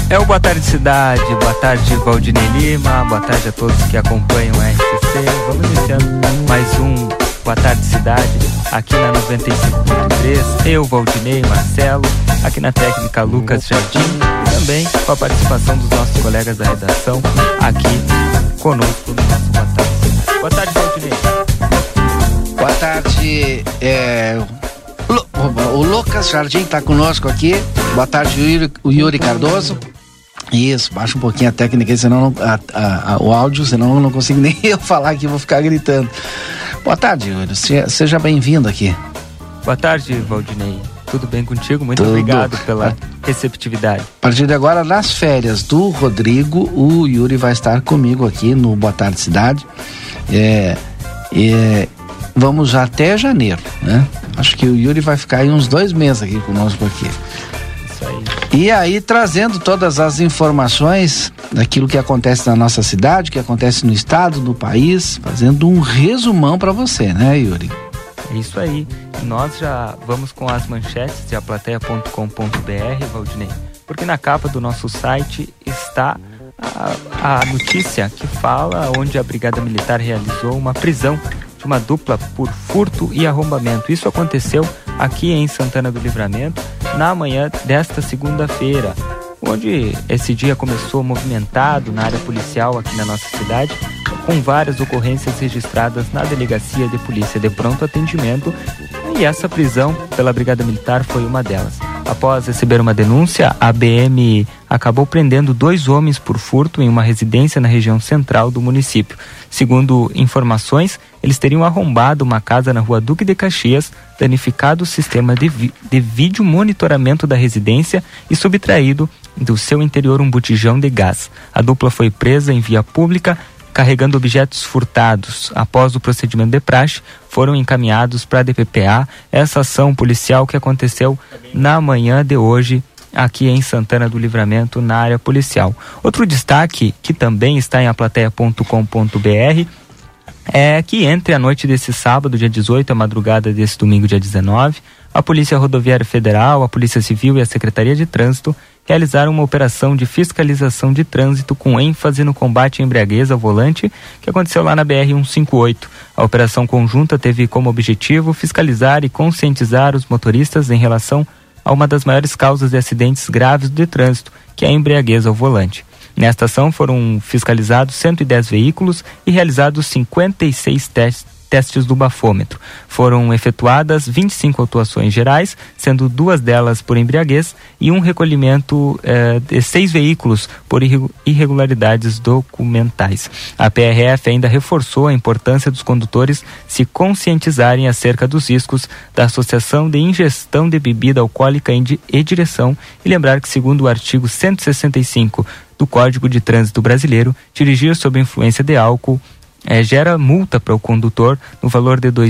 É o Boa Tarde Cidade, boa tarde Valdinei Lima, boa tarde a todos que acompanham a RCC. Vamos iniciando mais um Boa Tarde Cidade, aqui na 95.3, eu, Valdinei, Marcelo, aqui na técnica Lucas Jardim, e também com a participação dos nossos colegas da redação, aqui conosco no nosso Boa Tarde Cidade. Boa tarde, Valdinei. Boa tarde, o Lucas Jardim está conosco aqui. Boa tarde, o Yuri Cardoso. Isso, baixa um pouquinho a técnica aí, senão o áudio, senão eu não consigo nem eu falar aqui, vou ficar gritando. Boa tarde, Yuri, seja bem-vindo aqui. Boa tarde, Valdinei. Tudo bem contigo? Muito obrigado pela receptividade. A partir de agora, nas férias do Rodrigo, o Yuri vai estar comigo aqui no Boa Tarde Cidade. Vamos até janeiro, né? Acho que o Yuri vai ficar aí uns 2 meses aqui conosco aqui. Isso aí. E aí, trazendo todas as informações daquilo que acontece na nossa cidade, que acontece no estado, no país, fazendo um resumão para você, né, Yuri? É isso aí. Nós já vamos com as manchetes de aplateia.com.br, Valdinei, porque na capa do nosso site está a notícia que fala onde a Brigada Militar realizou uma prisão de uma dupla por furto e arrombamento. Isso aconteceu aqui em Santana do Livramento na manhã desta segunda-feira, onde esse dia começou movimentado na área policial aqui na nossa cidade, com várias ocorrências registradas na Delegacia de Polícia de Pronto Atendimento, e essa prisão pela Brigada Militar foi uma delas. Após receber uma denúncia, a BM acabou prendendo 2 homens por furto em uma residência na região central do município. Segundo informações, eles teriam arrombado uma casa na rua Duque de Caxias, danificado o sistema de vídeo monitoramento da residência e subtraído do seu interior um botijão de gás. A dupla foi presa em via pública, carregando objetos furtados. Após o procedimento de praxe, foram encaminhados para a DPPA. Essa ação policial que aconteceu na manhã de hoje aqui em Santana do Livramento, na área policial. Outro destaque, que também está em aplateia.com.br, é que entre a noite desse sábado, dia 18, e a madrugada desse domingo, dia 19, a Polícia Rodoviária Federal, a Polícia Civil e a Secretaria de Trânsito realizaram uma operação de fiscalização de trânsito com ênfase no combate à embriaguez ao volante, que aconteceu lá na BR-158. A operação conjunta teve como objetivo fiscalizar e conscientizar os motoristas em relação a uma das maiores causas de acidentes graves de trânsito, que é a embriaguez ao volante. Nesta ação foram fiscalizados 110 veículos e realizados 56 testes do bafômetro. Foram efetuadas 25 autuações gerais, sendo 2 delas por embriaguez e um recolhimento de 6 veículos por irregularidades documentais. A PRF ainda reforçou a importância dos condutores se conscientizarem acerca dos riscos da associação de ingestão de bebida alcoólica e direção, e lembrar que, segundo o artigo 165 do Código de Trânsito Brasileiro, dirigir sob influência de álcool gera multa para o condutor no valor de R$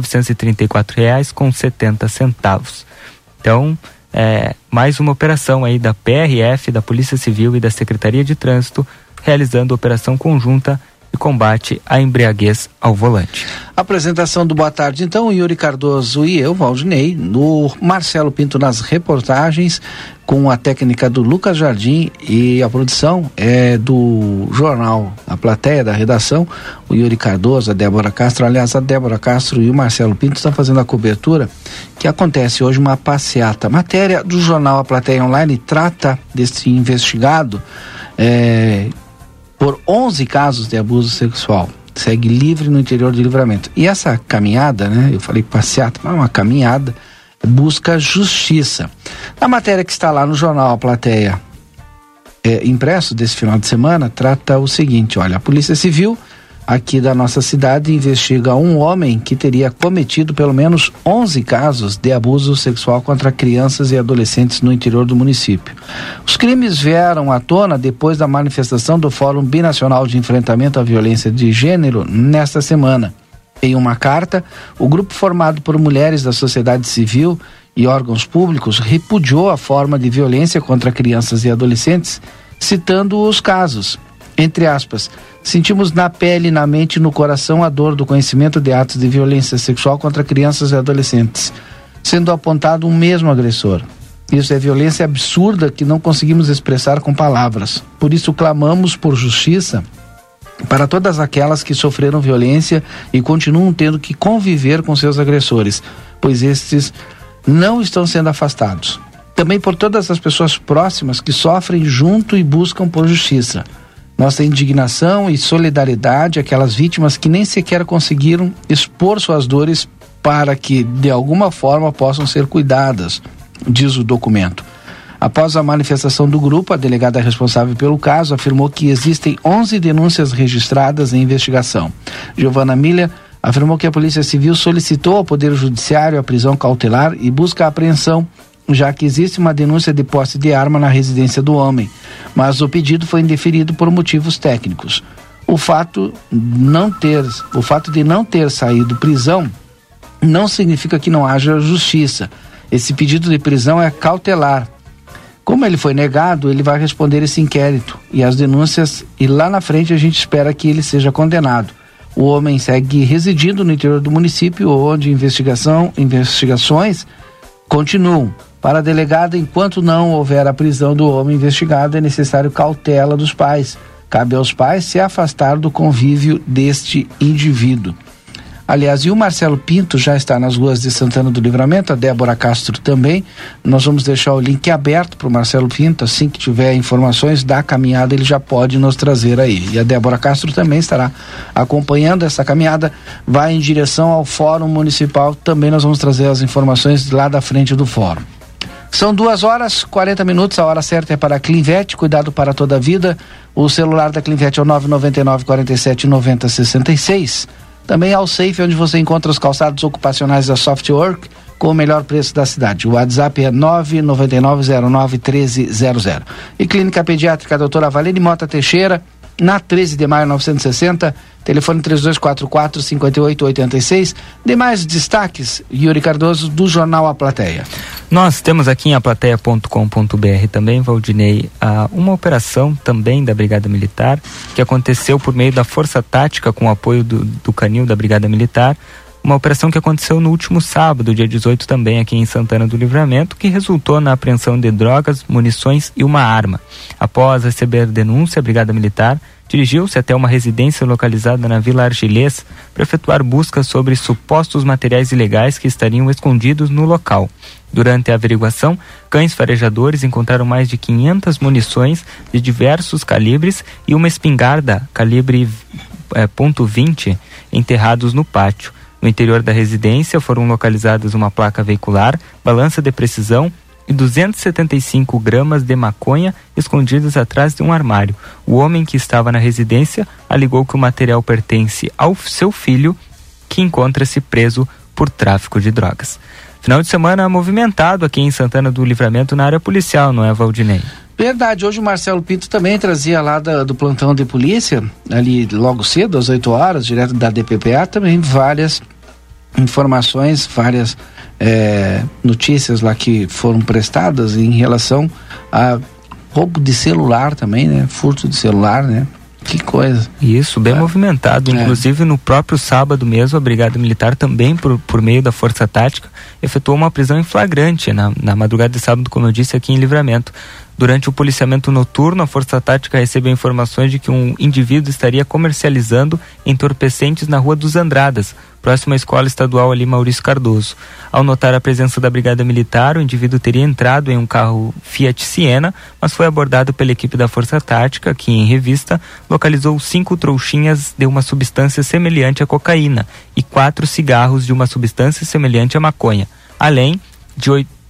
2.934,70. Então, mais uma operação aí da PRF, da Polícia Civil e da Secretaria de Trânsito, realizando operação conjunta de combate à embriaguez ao volante. Apresentação do Boa Tarde, então, Yuri Cardoso e eu, Valdinei, no Marcelo Pinto nas reportagens, com a técnica do Lucas Jardim, e a produção é do jornal A Plateia, da redação, o Yuri Cardoso, a Débora Castro. Aliás, a Débora Castro e o Marcelo Pinto estão fazendo a cobertura que acontece hoje, uma passeata. Matéria do jornal A Plateia Online trata desse investigado por 11 casos de abuso sexual. Segue livre no interior de Livramento. E essa caminhada, né? Eu falei passeata, mas uma caminhada, busca justiça. A matéria que está lá no jornal A Plateia, impresso desse final de semana, trata o seguinte: olha, a Polícia Civil aqui da nossa cidade investiga um homem que teria cometido pelo menos 11 casos de abuso sexual contra crianças e adolescentes no interior do município. Os crimes vieram à tona depois da manifestação do Fórum Binacional de Enfrentamento à Violência de Gênero nesta semana. Em uma carta, o grupo formado por mulheres da sociedade civil e órgãos públicos repudiou a forma de violência contra crianças e adolescentes, citando os casos. Entre aspas, sentimos na pele, na mente e no coração a dor do conhecimento de atos de violência sexual contra crianças e adolescentes, sendo apontado um mesmo agressor. Isso é violência absurda que não conseguimos expressar com palavras. Por isso clamamos por justiça para todas aquelas que sofreram violência e continuam tendo que conviver com seus agressores, pois estes não estão sendo afastados. Também por todas as pessoas próximas que sofrem junto e buscam por justiça. Nossa indignação e solidariedade àquelas vítimas que nem sequer conseguiram expor suas dores para que, de alguma forma, possam ser cuidadas, diz o documento. Após a manifestação do grupo, a delegada responsável pelo caso afirmou que existem 11 denúncias registradas em investigação. Giovana Miller afirmou que a Polícia Civil solicitou ao Poder Judiciário a prisão cautelar e busca a apreensão, já que existe uma denúncia de posse de arma na residência do homem, mas o pedido foi indeferido por motivos técnicos. O fato de não ter saído prisão não significa que não haja justiça. Esse pedido de prisão é cautelar. Como ele foi negado, ele vai responder esse inquérito e as denúncias, e lá na frente a gente espera que ele seja condenado. O homem segue residindo no interior do município, onde investigações continuam. Para a delegada, enquanto não houver a prisão do homem investigado, é necessário cautela dos pais. Cabe aos pais se afastar do convívio deste indivíduo. Aliás, e o Marcelo Pinto já está nas ruas de Santana do Livramento, a Débora Castro também. Nós vamos deixar o link aberto para o Marcelo Pinto, assim que tiver informações da caminhada ele já pode nos trazer aí. E a Débora Castro também estará acompanhando essa caminhada, vai em direção ao Fórum Municipal, também nós vamos trazer as informações lá da frente do Fórum. São 2h40, a hora certa é para a Clinvet, cuidado para toda a vida. O celular da Clinvet é o 999 47 90 66. Também ao Safe, onde você encontra os calçados ocupacionais da Softwork com o melhor preço da cidade. O WhatsApp é 999091300. E Clínica Pediátrica Doutora Valene Mota Teixeira, na 13 de maio 960, telefone 3244-5886. Demais destaques, Yuri Cardoso, do Jornal A Plateia. Nós temos aqui em aplateia.com.br também, Valdinei, uma operação também da Brigada Militar, que aconteceu por meio da Força Tática com o apoio do Canil da Brigada Militar. Uma operação que aconteceu no último sábado, dia 18, também aqui em Santana do Livramento, que resultou na apreensão de drogas, munições e uma arma. Após receber denúncia, a Brigada Militar dirigiu-se até uma residência localizada na Vila Argilês para efetuar buscas sobre supostos materiais ilegais que estariam escondidos no local. Durante a averiguação, cães farejadores encontraram mais de 500 munições de diversos calibres e uma espingarda calibre .20 enterrados no pátio. No interior da residência foram localizadas uma placa veicular, balança de precisão e 275 gramas de maconha escondidas atrás de um armário. O homem que estava na residência alegou que o material pertence ao seu filho, que encontra-se preso por tráfico de drogas. Final de semana movimentado aqui em Santana do Livramento na área policial, não é, Valdinei? Verdade, hoje o Marcelo Pinto também trazia lá do plantão de polícia, ali logo cedo, às 8 horas, direto da DPPA, também várias informações, várias notícias lá que foram prestadas em relação a roubo de celular também, né? Furto de celular, né? Que coisa. Isso, bem movimentado. Inclusive, no próprio sábado mesmo, a Brigada Militar também, por meio da Força Tática, efetuou uma prisão em flagrante na madrugada de sábado, como eu disse, aqui em Livramento. Durante o policiamento noturno, a Força Tática recebeu informações de que um indivíduo estaria comercializando entorpecentes na Rua dos Andradas, próximo à Escola Estadual ali Maurício Cardoso. Ao notar a presença da Brigada Militar, o indivíduo teria entrado em um carro Fiat Siena, mas foi abordado pela equipe da Força Tática, que em revista localizou 5 trouxinhas de uma substância semelhante à cocaína e 4 cigarros de uma substância semelhante à maconha, além de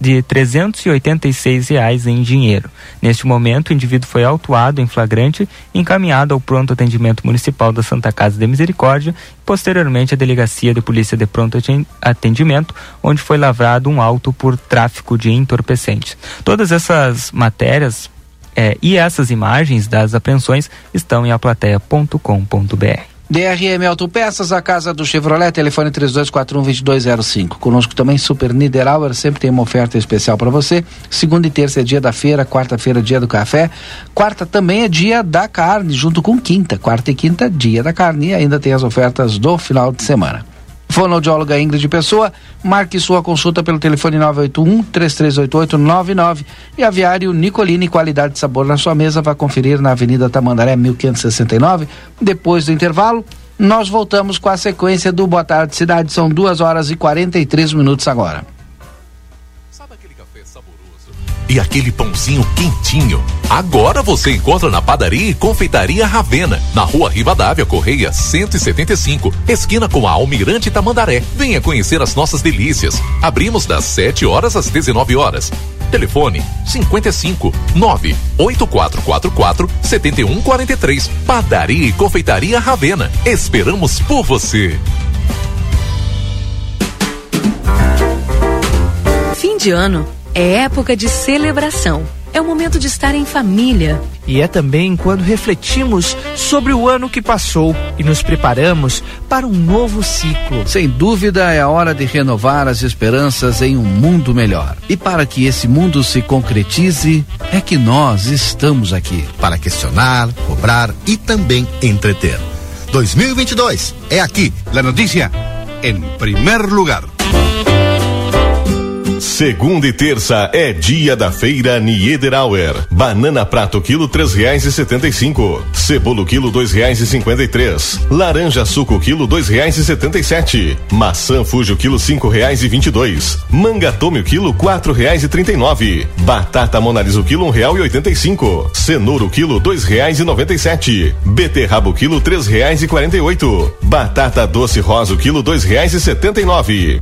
R$386 em dinheiro. Neste momento, o indivíduo foi autuado em flagrante e encaminhado ao pronto atendimento municipal da Santa Casa de Misericórdia e posteriormente à Delegacia de Polícia de Pronto Atendimento, onde foi lavrado um auto por tráfico de entorpecentes. Todas essas matérias e essas imagens das apreensões estão em aplateia.com.br. DRM Autopeças, a casa do Chevrolet, telefone 3241-2205. Conosco também Super Niederauer, sempre tem uma oferta especial para você. Segunda e terça é dia da feira, quarta-feira é dia do café. Quarta também é dia da carne, junto com quinta. Quarta e quinta, dia da carne. E ainda tem as ofertas do final de semana. Fonoaudióloga Ingrid Pessoa, marque sua consulta pelo telefone 981-3388-99 e Aviário Nicolini, qualidade e sabor na sua mesa. Vai conferir na Avenida Tamandaré 1569. Depois do intervalo, nós voltamos com a sequência do Boa Tarde Cidade. São 2h43 agora. Sabe aquele café saboroso e aquele pãozinho quentinho? Agora você encontra na Padaria e Confeitaria Ravena, na Rua Rivadavia Correia 175, esquina com a Almirante Tamandaré. Venha conhecer as nossas delícias. Abrimos das 7 horas às 19 horas. Telefone 55 98444 7143. Padaria e Confeitaria Ravena. Esperamos por você. Fim de ano é época de celebração. É o momento de estar em família. E é também quando refletimos sobre o ano que passou e nos preparamos para um novo ciclo. Sem dúvida, é a hora de renovar as esperanças em um mundo melhor. E para que esse mundo se concretize, é que nós estamos aqui. Para questionar, cobrar e também entreter. 2022 é aqui. La noticia em primeiro lugar. Segunda e terça é dia da feira Niederauer. Banana prato quilo R$3,75. Cebola quilo R$2,53. Laranja suco quilo R$2,77. Maçã Fuji quilo R$5,22. Manga tome quilo R$4,39. Batata Monalisa quilo R$1,85. Cenoura quilo R$2,97. Beterraba quilo R$3,48. Batata doce rosa quilo R$2,79.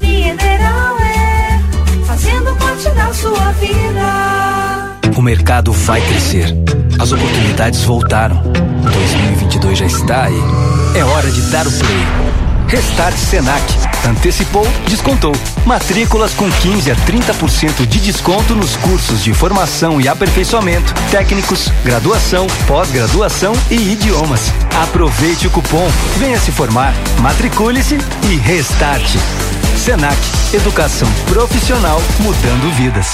Fazendo parte da sua vida. O mercado vai crescer. As oportunidades voltaram. 2022 já está aí. É hora de dar o play. Restart Senac. Antecipou, descontou. Matrículas com 15 a 30% de desconto nos cursos de formação e aperfeiçoamento, técnicos, graduação, pós-graduação e idiomas. Aproveite o cupom, venha se formar, matricule-se e restarte. Senac, educação profissional mudando vidas.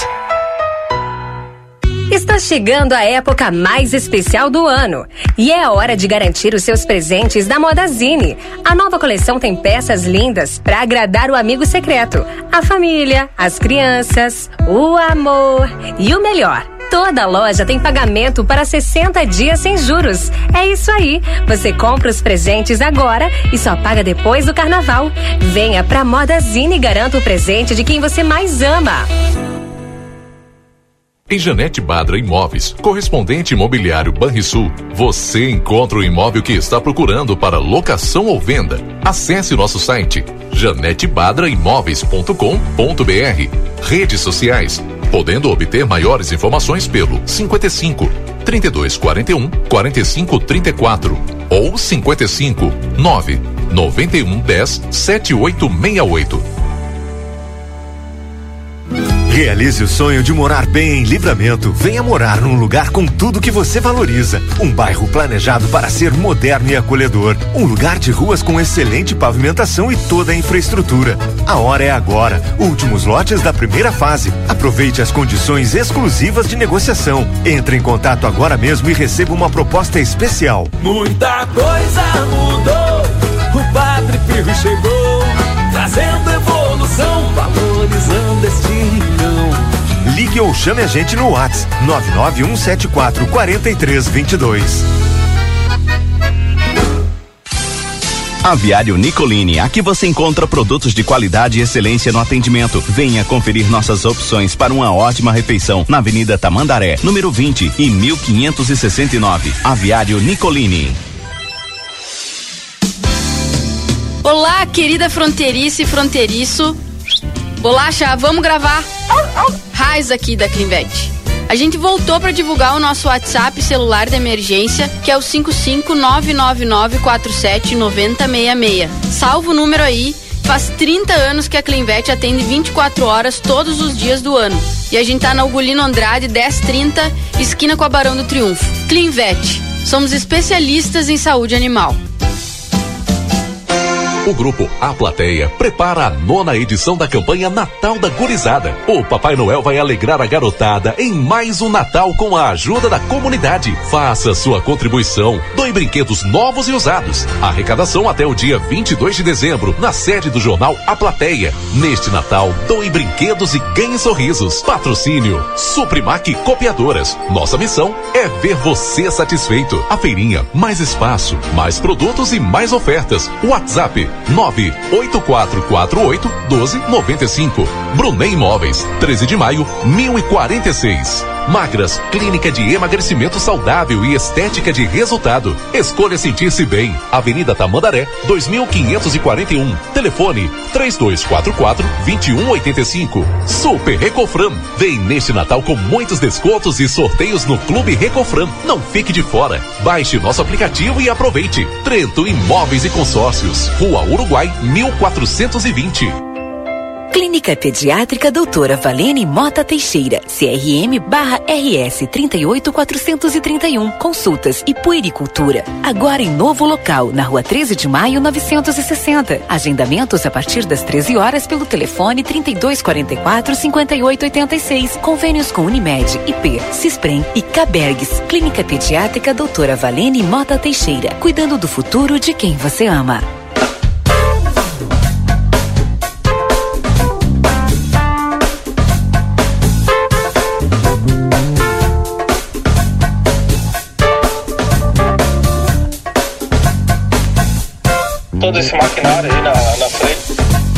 Está chegando a época mais especial do ano e é a hora de garantir os seus presentes da Modazine. A nova coleção tem peças lindas para agradar o amigo secreto, a família, as crianças, o amor e o melhor. Toda loja tem pagamento para 60 dias sem juros. É isso aí. Você compra os presentes agora e só paga depois do carnaval. Venha pra Modazine e garanta o presente de quem você mais ama. Em Janete Badra Imóveis, correspondente imobiliário Banrisul, você encontra o imóvel que está procurando para locação ou venda. Acesse nosso site janetebadraimóveis.com.br. Redes sociais, podendo obter maiores informações pelo 55 3241 4534 ou 55 9 91 10 7868. Realize o sonho de morar bem em Livramento. Venha morar num lugar com tudo que você valoriza. Um bairro planejado para ser moderno e acolhedor. Um lugar de ruas com excelente pavimentação e toda a infraestrutura. A hora é agora. Últimos lotes da primeira fase. Aproveite as condições exclusivas de negociação. Entre em contato agora mesmo e receba uma proposta especial. Muita coisa mudou. O Padre Pirro chegou, trazendo evolução, valorizando este rincão. Ligue ou chame a gente no WhatsApp 991744322. Aviário Nicolini, aqui você encontra produtos de qualidade e excelência no atendimento. Venha conferir nossas opções para uma ótima refeição na Avenida Tamandaré, número 20 e 1569. Aviário Nicolini. Olá, querida fronteiriça e fronteiriço. Bolacha, vamos gravar? Raiz aqui da Clinvet. A gente voltou para divulgar o nosso WhatsApp celular de emergência, que é o 55999479066. Salva o número aí. Faz 30 anos que a Clinvet atende 24 horas todos os dias do ano. E a gente tá na Ugolino Andrade 1030, esquina com a Barão do Triunfo. Clinvet. Somos especialistas em saúde animal. O grupo A Plateia prepara a 9ª edição da campanha Natal da Gurizada. O Papai Noel vai alegrar a garotada em mais um Natal com a ajuda da comunidade. Faça sua contribuição. Doe brinquedos novos e usados. Arrecadação até o dia 22 de dezembro, na sede do jornal A Plateia. Neste Natal, doe brinquedos e ganhe sorrisos. Patrocínio Suprimac Copiadoras. Nossa missão é ver você satisfeito. A feirinha, mais espaço, mais produtos e mais ofertas. WhatsApp 984481295. Brunet Imóveis, 13 de maio, 1046. Magras, clínica de emagrecimento saudável e estética de resultado. Escolha sentir-se bem. Avenida Tamandaré, 2541. Telefone 3244-2185. Super Recofran. Vem neste Natal com muitos descontos e sorteios no Clube Recofran. Não fique de fora. Baixe nosso aplicativo e aproveite. Trento Imóveis e Consórcios. Rua Uruguai, 1420. Clínica Pediátrica Doutora Valene Mota Teixeira, CRM/RS 38431. Consultas e puericultura. Agora em novo local, na Rua 13 de Maio, 960. Agendamentos a partir das 13 horas pelo telefone 3244-5886. Convênios com Unimed, IP, Cisprem e Cabergues. Clínica Pediátrica Doutora Valene Mota Teixeira. Cuidando do futuro de quem você ama. Todo esse maquinário aí na frente.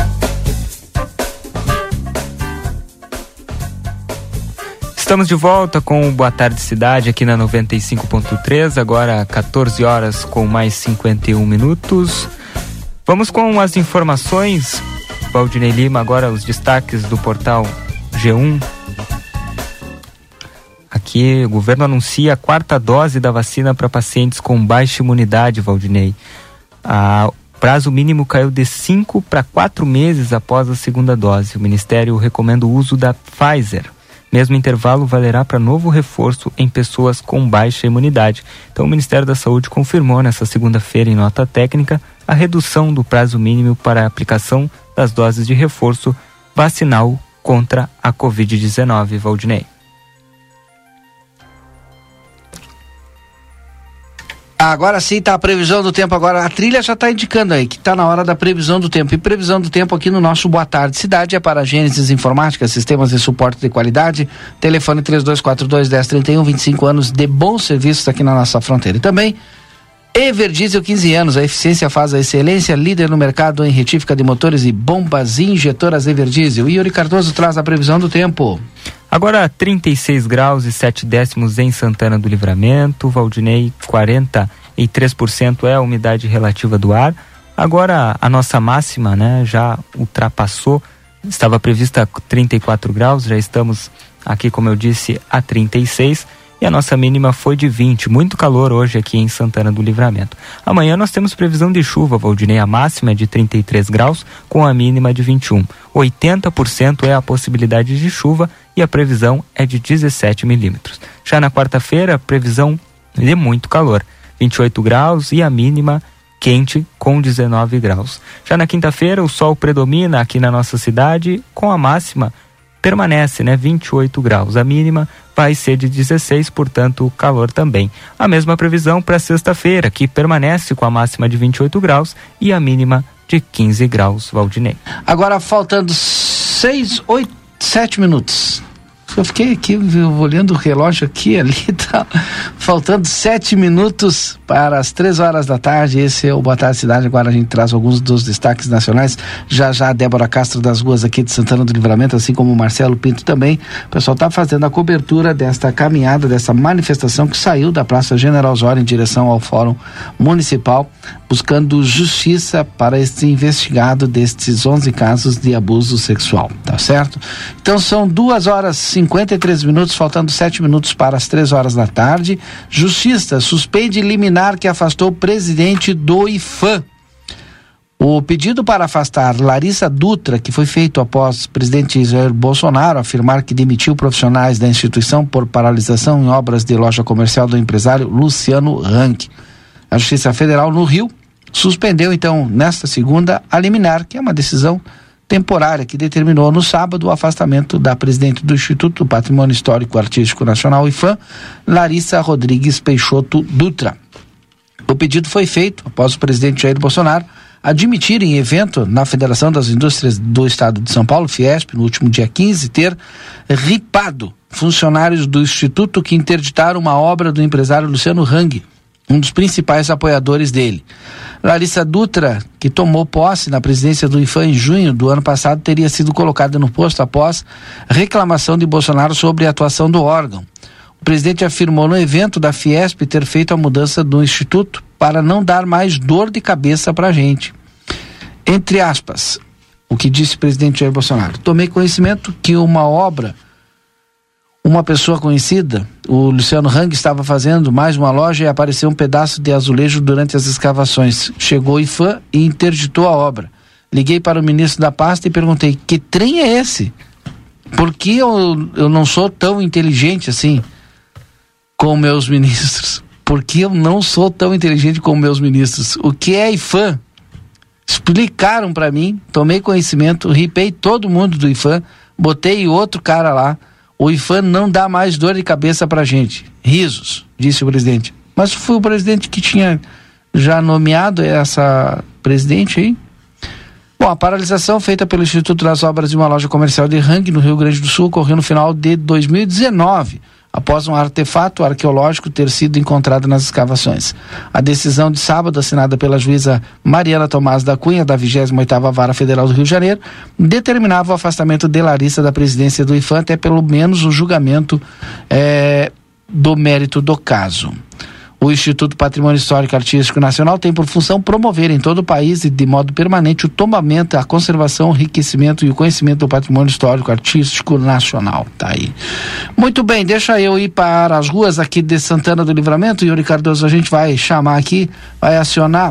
Estamos de volta com o Boa Tarde Cidade aqui na 95.3, agora 14 horas com mais 51 minutos. Vamos com as informações, Valdinei Lima, agora os destaques do portal G1. Aqui o governo anuncia a 4ª dose da vacina para pacientes com baixa imunidade, Valdinei. O prazo mínimo caiu de 5 para 4 meses após a 2ª dose. O Ministério recomenda o uso da Pfizer. Mesmo intervalo valerá para novo reforço em pessoas com baixa imunidade. Então o Ministério da Saúde confirmou nesta segunda-feira em nota técnica a redução do prazo mínimo para a aplicação das doses de reforço vacinal contra a Covid-19, Valdinei. Agora sim está a previsão do tempo. Agora a trilha já está indicando aí que está na hora da previsão do tempo. E previsão do tempo aqui no nosso Boa Tarde Cidade é para Gênesis Informática, sistemas de suporte de qualidade. Telefone 3242-1031, 25 anos de bons serviços aqui na nossa fronteira. E também Everdiesel, 15 anos, a eficiência faz a excelência, líder no mercado em retífica de motores e bombas injetoras Everdiesel. Yuri Cardoso traz a previsão do tempo. Agora 36 graus e 7 décimos em Santana do Livramento, Valdinei, 43% é a umidade relativa do ar. Agora a nossa máxima, né, já ultrapassou, estava prevista 34 graus, já estamos aqui, como eu disse, a 36. E a nossa mínima foi de 20, muito calor hoje aqui em Santana do Livramento. Amanhã nós temos previsão de chuva, Valdinei, a máxima é de 33 graus, com a mínima de 21. 80% é a possibilidade de chuva e a previsão é de 17 milímetros. Já na quarta-feira, previsão de muito calor, 28 graus e a mínima quente com 19 graus. Já na quinta-feira, o sol predomina aqui na nossa cidade, com a máxima permanece, 28 graus. A mínima vai ser de 16, portanto, o calor também. A mesma previsão para sexta-feira, que permanece com a máxima de 28 graus e a mínima de 15 graus, Valdinei. Agora faltando 7 minutos. Eu fiquei aqui olhando o relógio aqui e ali, tá faltando 7 minutos para as 3 horas da tarde. Esse é o Boa Tarde Cidade. Agora a gente traz alguns dos destaques nacionais. Já a Débora Castro das ruas aqui de Santana do Livramento, assim como o Marcelo Pinto também. O pessoal está fazendo a cobertura desta caminhada, dessa manifestação que saiu da Praça General Osório em direção ao Fórum Municipal, buscando justiça para este investigado destes 11 casos de abuso sexual, tá certo? Então são 2 horas 53 minutos, faltando 7 minutos para as 3 horas da tarde. Justiça suspende liminar que afastou o presidente do IFAM. O pedido para afastar Larissa Dutra, que foi feito após o presidente Jair Bolsonaro afirmar que demitiu profissionais da instituição por paralisação em obras de loja comercial do empresário Luciano Rank. A Justiça Federal no Rio suspendeu então nesta segunda a liminar, que é uma decisão temporária que determinou no sábado o afastamento da presidente do Instituto do Patrimônio Histórico Artístico Nacional, IPHAN, Larissa Rodrigues Peixoto Dutra. O pedido foi feito após o presidente Jair Bolsonaro admitir em evento na Federação das Indústrias do Estado de São Paulo, Fiesp, no último dia 15, ter ripado funcionários do Instituto que interditaram uma obra do empresário Luciano Hang, um dos principais apoiadores dele. Larissa Dutra, que tomou posse na presidência do IPHAN em junho do ano passado, teria sido colocada no posto após reclamação de Bolsonaro sobre a atuação do órgão. O presidente afirmou no evento da Fiesp ter feito a mudança do Instituto para não dar mais dor de cabeça para a gente. Entre aspas, o que disse o presidente Jair Bolsonaro: tomei conhecimento que uma pessoa conhecida, o Luciano Hang, estava fazendo mais uma loja e apareceu um pedaço de azulejo durante as escavações. Chegou o IPHAN e interditou a obra. Liguei para o ministro da pasta e perguntei: que trem é esse? Por que eu não sou tão inteligente assim com meus ministros? Por que eu não sou tão inteligente com meus ministros? O que é IPHAN? Explicaram para mim, tomei conhecimento, ripei todo mundo do IPHAN, botei outro cara lá. O IPHAN não dá mais dor de cabeça pra gente. Risos, disse o presidente. Mas foi o presidente que tinha já nomeado essa presidente aí. Bom, a paralisação feita pelo Instituto das Obras de uma loja comercial de Hang, no Rio Grande do Sul, ocorreu no final de 2019, após um artefato arqueológico ter sido encontrado nas escavações. A decisão de sábado, assinada pela juíza Mariana Tomás da Cunha, da 28ª Vara Federal do Rio de Janeiro, determinava o afastamento de Larissa da presidência do IPHAN até pelo menos o julgamento do mérito do caso. O Instituto Patrimônio Histórico Artístico Nacional tem por função promover em todo o país e de modo permanente o tombamento, a conservação, o enriquecimento e o conhecimento do patrimônio histórico artístico nacional. Tá aí. Muito bem, deixa eu ir para as ruas aqui de Santana do Livramento. Yuri Cardoso, a gente vai chamar aqui, vai acionar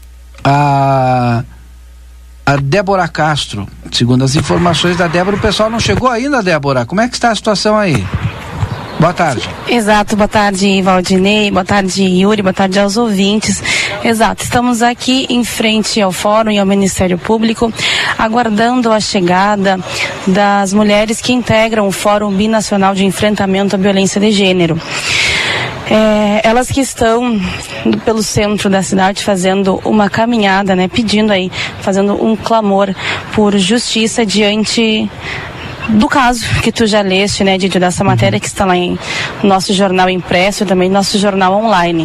a Débora Castro. Segundo as informações da Débora, o pessoal não chegou ainda, Débora. Como é que está a situação aí? Boa tarde. Exato, boa tarde, Valdinei, boa tarde, Yuri, boa tarde aos ouvintes. Exato, estamos aqui em frente ao Fórum e ao Ministério Público, aguardando a chegada das mulheres que integram o Fórum Binacional de Enfrentamento à Violência de Gênero. Elas que estão pelo centro da cidade fazendo uma caminhada, né, pedindo aí, fazendo um clamor por justiça diante do caso que tu já leste, né, Didi, dessa matéria que está lá em nosso jornal impresso e também nosso jornal online.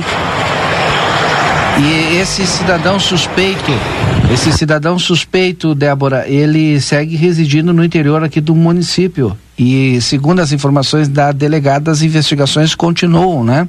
E esse cidadão suspeito, Débora, ele segue residindo no interior aqui do município. E segundo as informações da delegada, as investigações continuam, né?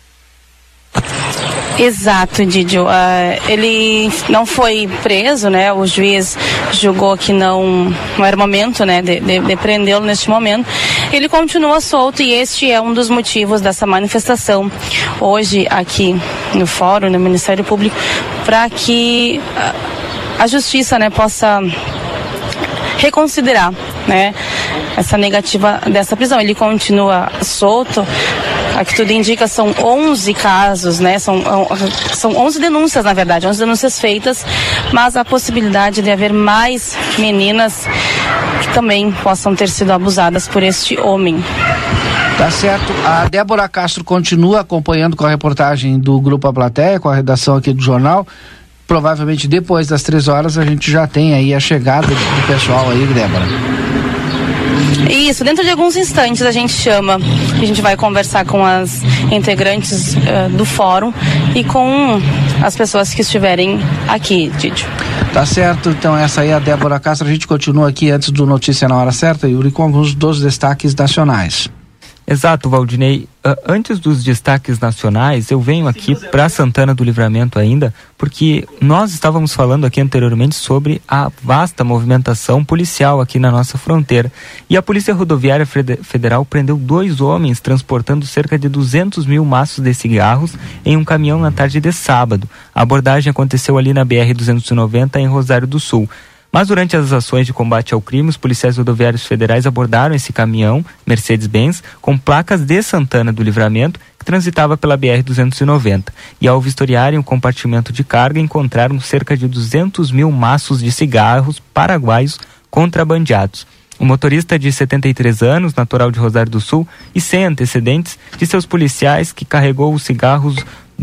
Exato, Didio. Ele não foi preso, né? O juiz julgou que não era momento, né, de prendê-lo neste momento. Ele continua solto e este é um dos motivos dessa manifestação hoje aqui no Fórum, no Ministério Público, para que a justiça, né, possa reconsiderar, né, essa negativa dessa prisão. Ele continua solto. A que tudo indica são 11 casos, né? São 11 denúncias, na verdade, 11 denúncias feitas, mas a possibilidade de haver mais meninas que também possam ter sido abusadas por este homem. Tá certo. A Débora Castro continua acompanhando com a reportagem do Grupo A Plateia, com a redação aqui do jornal. Provavelmente depois das 3 horas a gente já tem aí a chegada do pessoal aí, Débora. Isso, dentro de alguns instantes a gente vai conversar com as integrantes do fórum e com as pessoas que estiverem aqui, Didio. Tá certo, então essa aí é a Débora Castro. A gente continua aqui antes do Notícia na Hora Certa, Yuri, com alguns dos destaques nacionais. Exato, Valdinei. Antes dos destaques nacionais, eu venho aqui para Santana do Livramento ainda, porque nós estávamos falando aqui anteriormente sobre a vasta movimentação policial aqui na nossa fronteira. E a Polícia Rodoviária Federal prendeu 2 homens transportando cerca de 200 mil maços de cigarros em um caminhão na tarde de sábado. A abordagem aconteceu ali na BR-290 em Rosário do Sul. Mas durante as ações de combate ao crime, os policiais rodoviários federais abordaram esse caminhão Mercedes-Benz com placas de Santana do Livramento, que transitava pela BR-290. E ao vistoriarem o compartimento de carga, encontraram cerca de 200 mil maços de cigarros paraguaios contrabandeados. O motorista de 73 anos, natural de Rosário do Sul e sem antecedentes, disse aos policiais que carregou os cigarros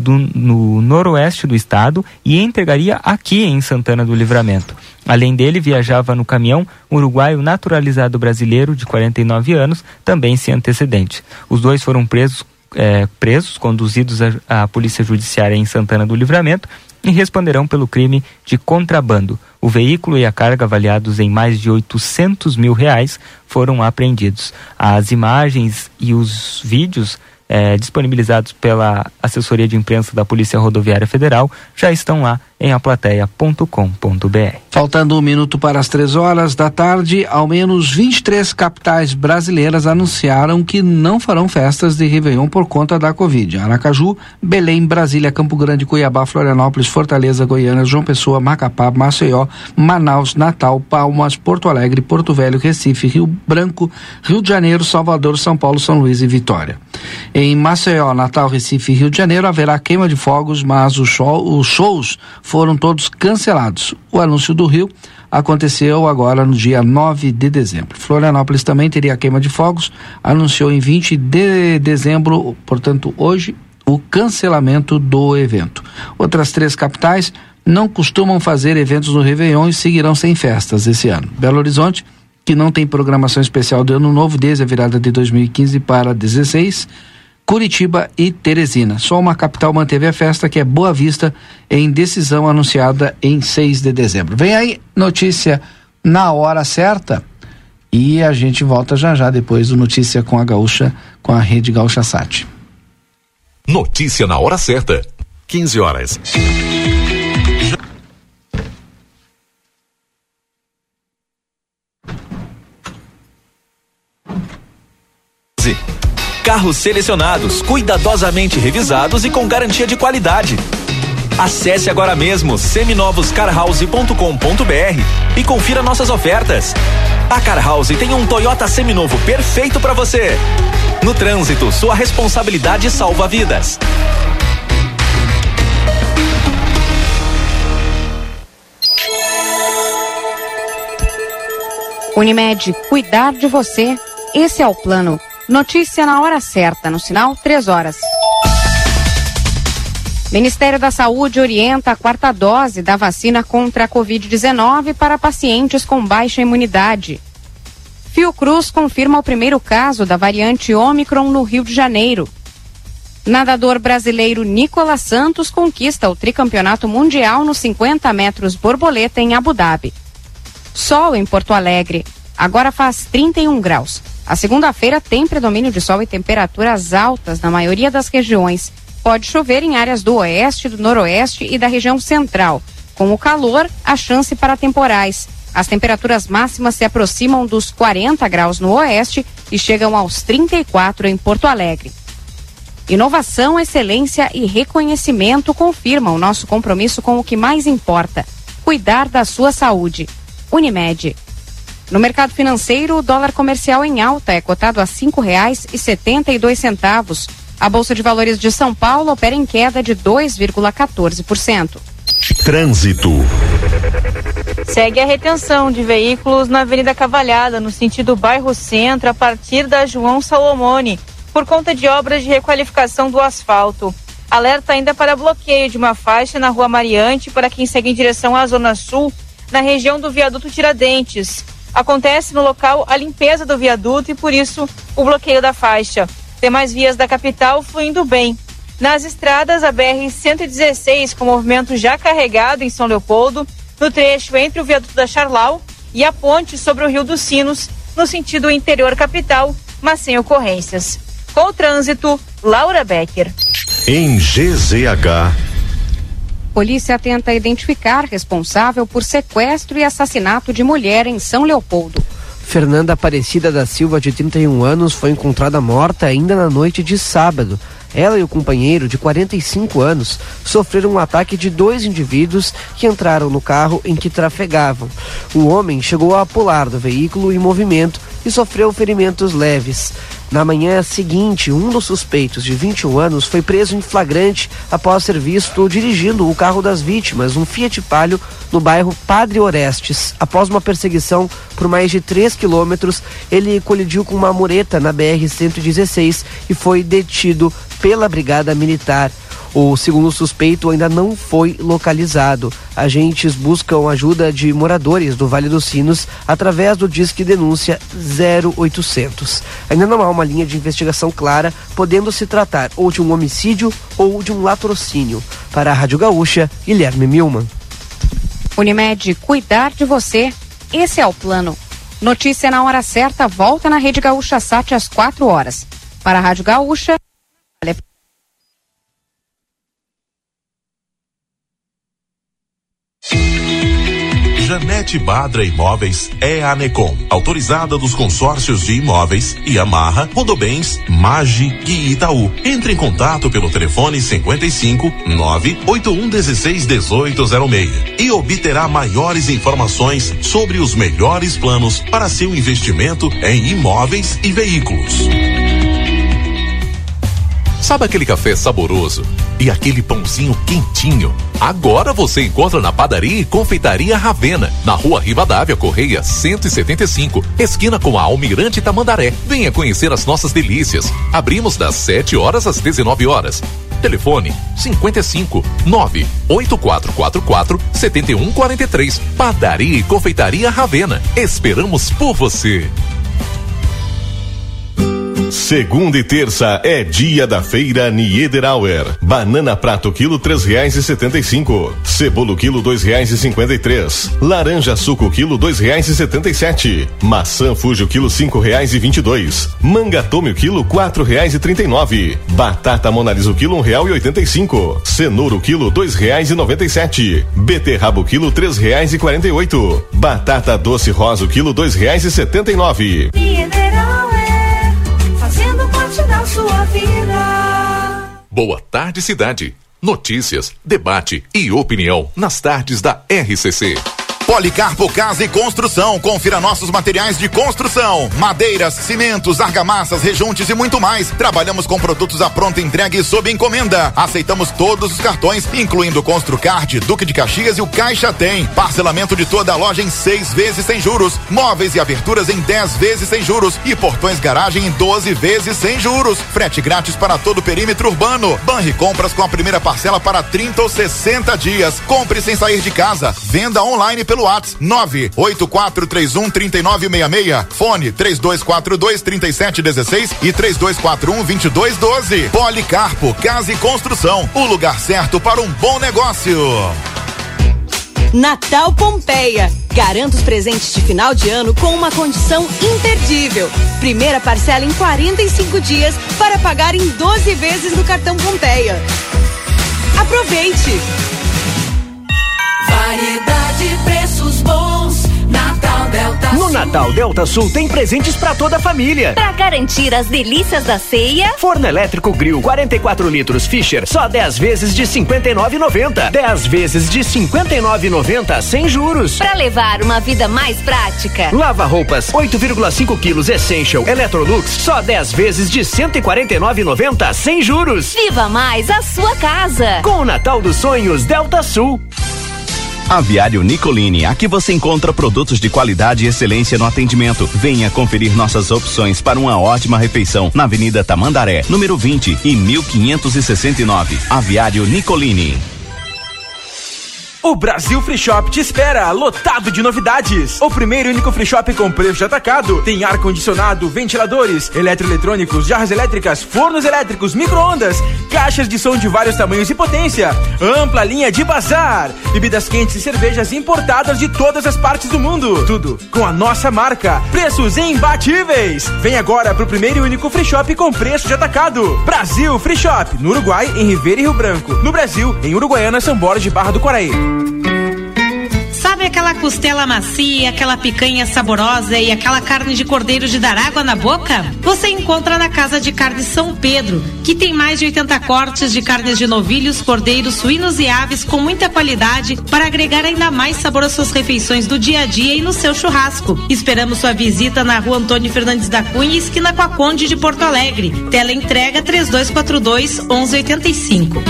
no noroeste do estado e entregaria aqui em Santana do Livramento. Além dele, viajava no caminhão um uruguaio naturalizado brasileiro de 49 anos, também sem antecedentes. Os dois foram presos, conduzidos à Polícia Judiciária em Santana do Livramento e responderão pelo crime de contrabando. O veículo e a carga, avaliados em mais de R$800 mil, foram apreendidos. As imagens e os vídeos disponibilizados pela assessoria de imprensa da Polícia Rodoviária Federal já estão lá em aplateia.com.br. Faltando 1 minuto para as 3 da tarde, ao menos 23 capitais brasileiras anunciaram que não farão festas de Réveillon por conta da Covid. Aracaju, Belém, Brasília, Campo Grande, Cuiabá, Florianópolis, Fortaleza, Goiânia, João Pessoa, Macapá, Maceió, Manaus, Natal, Palmas, Porto Alegre, Porto Velho, Recife, Rio Branco, Rio de Janeiro, Salvador, São Paulo, São Luís e Vitória. Em Maceió, Natal, Recife e Rio de Janeiro haverá queima de fogos, mas os shows foram todos cancelados. O anúncio do Rio aconteceu agora no dia 9 de dezembro. Florianópolis também teria queima de fogos, anunciou em 20 de dezembro, portanto hoje, o cancelamento do evento. Outras 3 capitais não costumam fazer eventos no Réveillon e seguirão sem festas esse ano. Belo Horizonte, que não tem programação especial de Ano Novo desde a virada de 2015 para 16, Curitiba e Teresina. Só uma capital manteve a festa, que é Boa Vista, em decisão anunciada em 6 de dezembro. Vem aí notícia na hora certa e a gente volta já depois do Notícia com a Gaúcha, com a Rede Gaúcha Sat. Notícia na hora certa, 15 horas. Carros selecionados, cuidadosamente revisados e com garantia de qualidade. Acesse agora mesmo seminovoscarhouse.com.br e confira nossas ofertas. A Car House tem um Toyota seminovo perfeito para você. No trânsito, sua responsabilidade salva vidas. Unimed, cuidar de você. Esse é o plano. Notícia na hora certa, no sinal 3 horas. Ministério da Saúde orienta a 4ª dose da vacina contra a Covid-19 para pacientes com baixa imunidade. Fiocruz confirma o primeiro caso da variante Ômicron no Rio de Janeiro. Nadador brasileiro Nicolas Santos conquista o tricampeonato mundial nos 50 metros borboleta em Abu Dhabi. Sol em Porto Alegre. Agora faz 31 graus. A segunda-feira tem predomínio de sol e temperaturas altas na maioria das regiões. Pode chover em áreas do oeste, do noroeste e da região central. Com o calor, há chance para temporais. As temperaturas máximas se aproximam dos 40 graus no oeste e chegam aos 34 em Porto Alegre. Inovação, excelência e reconhecimento confirmam o nosso compromisso com o que mais importa: cuidar da sua saúde. Unimed. No mercado financeiro, o dólar comercial em alta é cotado a R$ 5,72. A Bolsa de Valores de São Paulo opera em queda de 2,14%. Trânsito. Segue a retenção de veículos na Avenida Cavalhada, no sentido bairro Centro, a partir da João Salomone, por conta de obras de requalificação do asfalto. Alerta ainda para bloqueio de uma faixa na Rua Mariante para quem segue em direção à Zona Sul, na região do viaduto Tiradentes. Acontece no local a limpeza do viaduto e, por isso, o bloqueio da faixa. Demais vias da capital fluindo bem. Nas estradas, a BR-116, com movimento já carregado em São Leopoldo, no trecho entre o viaduto da Charlau e a ponte sobre o Rio dos Sinos, no sentido interior capital, mas sem ocorrências. Com o trânsito, Laura Becker. Em GZH. Polícia tenta identificar responsável por sequestro e assassinato de mulher em São Leopoldo. Fernanda Aparecida da Silva, de 31 anos, foi encontrada morta ainda na noite de sábado. Ela e o companheiro, de 45 anos, sofreram um ataque de 2 indivíduos que entraram no carro em que trafegavam. O homem chegou a pular do veículo em movimento e sofreu ferimentos leves. Na manhã seguinte, um dos suspeitos, de 21 anos, foi preso em flagrante após ser visto dirigindo o carro das vítimas, um Fiat Palio, no bairro Padre Orestes. Após uma perseguição por mais de 3 quilômetros, ele colidiu com uma mureta na BR-116 e foi detido pela Brigada Militar. O segundo suspeito ainda não foi localizado. Agentes buscam ajuda de moradores do Vale dos Sinos através do Disque Denúncia 0800. Ainda não há uma linha de investigação clara, podendo se tratar ou de um homicídio ou de um latrocínio. Para a Rádio Gaúcha, Guilherme Milman. Unimed, cuidar de você. Esse é o plano. Notícia na hora certa, volta na Rede Gaúcha Sat às 4 horas. Para a Rádio Gaúcha, Janete Badra Imóveis é a Anecom, autorizada dos consórcios de imóveis Iamarra, Rodobens, Magi e Itaú. Entre em contato pelo telefone 55 98116 1806 e obterá maiores informações sobre os melhores planos para seu investimento em imóveis e veículos. Sabe aquele café saboroso e aquele pãozinho quentinho? Agora você encontra na Padaria e Confeitaria Ravena, na Rua Rivadavia, Correia 175, esquina com a Almirante Tamandaré. Venha conhecer as nossas delícias. Abrimos das 7 horas às 19 horas. Telefone 55 98444 7143. Padaria e Confeitaria Ravena. Esperamos por você. Segunda e terça é dia da feira Niederauer. Banana prato quilo R$3,75. Cebola quilo R$2,53. Laranja suco quilo R$2,77. Maçã Fuji quilo R$5,22. Manga tome o quilo R$4,39. Batata Monalisa quilo R$1,85. Cenoura quilo R$2,97. Beterraba quilo R$3,48. Batata doce rosa quilo R$2,79. Fazendo parte da sua vida. Boa tarde, cidade. Notícias, debate e opinião nas tardes da RCC. Policarpo Casa e Construção. Confira nossos materiais de construção: madeiras, cimentos, argamassas, rejuntes e muito mais. Trabalhamos com produtos à pronta entrega e sob encomenda. Aceitamos todos os cartões, incluindo Construcard, Duque de Caxias e o Caixa Tem. Parcelamento de toda a loja em 6 vezes sem juros. Móveis e aberturas em 10 vezes sem juros. E portões garagem em 12 vezes sem juros. Frete grátis para todo o perímetro urbano. Banri Compras com a primeira parcela para 30 ou 60 dias. Compre sem sair de casa. Venda online pelo WhatsApp 984313966, fone 3242-3716 e 3241-2212. Policarpo Casa e Construção, o lugar certo para um bom negócio. Natal Pompeia. Garanta os presentes de final de ano com uma condição imperdível. Primeira parcela em 45 dias para pagar em 12 vezes no cartão Pompeia. Aproveite! Variedade, preços bons, Natal Delta Sul. No Natal Delta Sul tem presentes pra toda a família. Pra garantir as delícias da ceia, Forno elétrico Grill 44 litros Fischer, só 10 vezes de R$ 59,90. 10 vezes de R$ 59,90 sem juros. pra levar uma vida mais prática. Lava roupas 8,5 quilos Essential Electrolux, só 10 vezes de R$ 149,90 sem juros. Viva mais a sua casa. Com o Natal dos Sonhos Delta Sul. Aviário Nicolini, aqui você encontra produtos de qualidade e excelência no atendimento. Venha conferir nossas opções para uma ótima refeição na Avenida Tamandaré, número 20 e 1569. Aviário Nicolini. O Brasil Free Shop te espera, lotado de novidades. O primeiro e único free shop com preço de atacado. Tem ar-condicionado, ventiladores, eletroeletrônicos, jarras elétricas, fornos elétricos, micro-ondas, caixas de som de vários tamanhos e potência, ampla linha de bazar, bebidas quentes e cervejas importadas de todas as partes do mundo. Tudo com a nossa marca. Preços imbatíveis. Vem agora pro primeiro e único free shop com preço de atacado. Brasil Free Shop, no Uruguai, em Ribeira e Rio Branco. No Brasil, em Uruguaiana, São Borges de Barra do Quaraí. Sabe aquela costela macia, aquela picanha saborosa e aquela carne de cordeiro de dar água na boca? Você encontra na Casa de Carne São Pedro, que tem mais de 80 cortes de carnes de novilhos, cordeiros, suínos e aves com muita qualidade para agregar ainda mais sabor às suas refeições do dia a dia e no seu churrasco. Esperamos sua visita na Rua Antônio Fernandes da Cunha, esquina com a Conde de Porto Alegre. Tela entrega 3242-1185.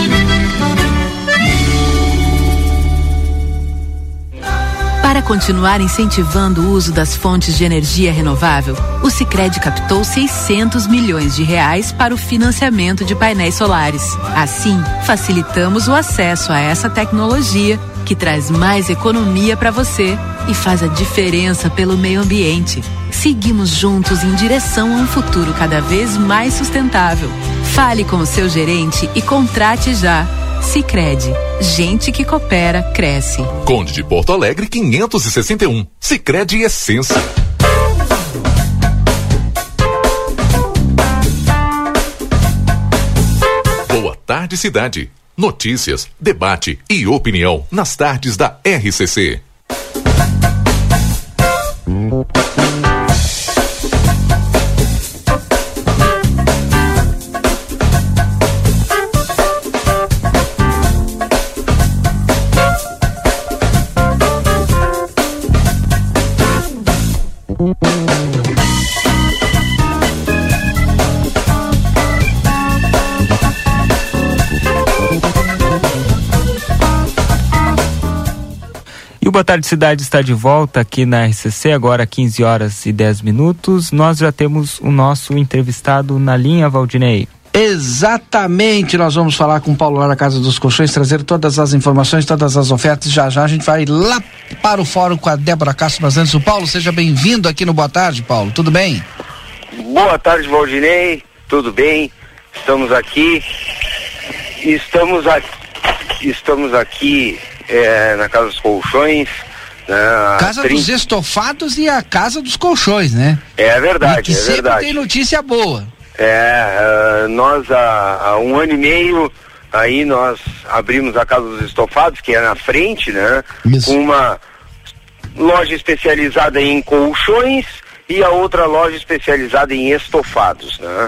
Para continuar incentivando o uso das fontes de energia renovável, o Sicredi captou 600 milhões de reais para o financiamento de painéis solares. Assim, facilitamos o acesso a essa tecnologia que traz mais economia para você e faz a diferença pelo meio ambiente. Seguimos juntos em direção a um futuro cada vez mais sustentável. Fale com o seu gerente e contrate já. Sicredi, gente que coopera, cresce. Conde de Porto Alegre 561. Sicredi Essência. Boa tarde, cidade. Notícias, debate e opinião nas tardes da RCC. E o Boa Tarde Cidade está de volta aqui na RCC, agora 15 horas e 10 minutos. Nós já temos o nosso entrevistado na linha, Valdinei. Exatamente, nós vamos falar com o Paulo lá na Casa dos Colchões, trazer todas as informações, todas as ofertas. Já a gente vai lá para o fórum com a Débora Castro, mas antes o Paulo, seja bem-vindo aqui no Boa Tarde, Paulo, tudo bem? Boa tarde, Valdinei, tudo bem? Estamos aqui na Casa dos Colchões. Casa dos Estofados e a Casa dos Colchões, né? É verdade, e que sempre tem notícia boa. Nós há 1 ano e meio aí nós abrimos a Casa dos Estofados, que é na frente, né? Isso. Uma loja especializada em colchões e a outra loja especializada em estofados, né?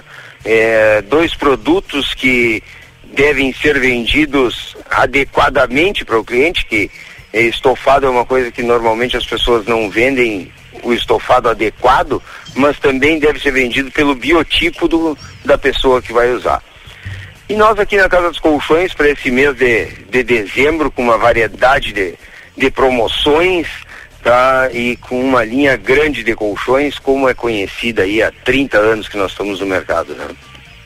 2 produtos que devem ser vendidos adequadamente para o cliente, que estofado é uma coisa que normalmente as pessoas não vendem o estofado adequado, mas também deve ser vendido pelo biotipo da pessoa que vai usar. E nós aqui na Casa dos Colchões, para esse mês de dezembro, com uma variedade de promoções, tá? E com uma linha grande de colchões, como é conhecida aí há 30 anos que nós estamos no mercado, né?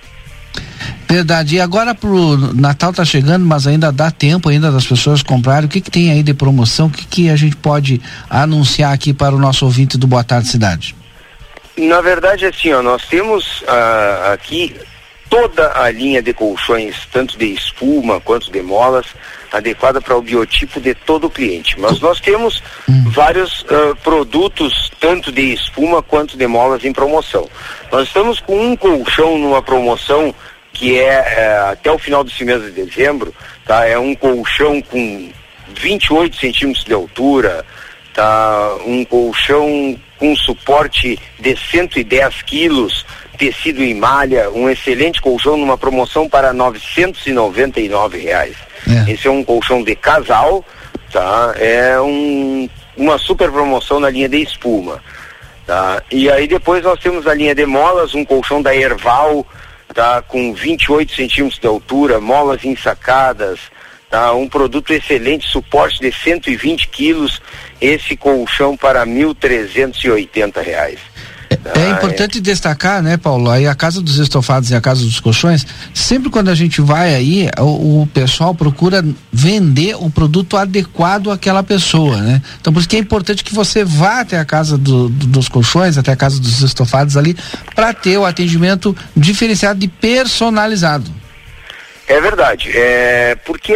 Verdade, e agora pro Natal tá chegando, mas ainda dá tempo ainda das pessoas comprarem. O que tem aí de promoção? O que a gente pode anunciar aqui para o nosso ouvinte do Boa Tarde Cidade? Na verdade, assim, nós temos aqui toda a linha de colchões, tanto de espuma quanto de molas, adequada para o biotipo de todo o cliente. Mas nós temos vários produtos, tanto de espuma quanto de molas, em promoção. Nós estamos com um colchão numa promoção que até o final desse mês de dezembro, tá? É um colchão com 28 centímetros de altura, tá? Um colchão com suporte de 110 quilos, tecido em malha, um excelente colchão numa promoção para R$ 999. Esse é um colchão de casal, tá? É uma super promoção na linha de espuma, tá? E aí depois nós temos a linha de molas, um colchão da Erval, tá? Com 28 centímetros de altura, molas ensacadas, tá? Um produto excelente, suporte de 120 quilos, esse colchão para R$ 1.380. É importante destacar, né, Paulo, aí a Casa dos Estofados e a Casa dos Colchões, sempre quando a gente vai aí, o pessoal procura vender o produto adequado àquela pessoa, né? Então por isso que é importante que você vá até a Casa dos Colchões, até a Casa dos Estofados ali, para ter o atendimento diferenciado e personalizado. É verdade, porque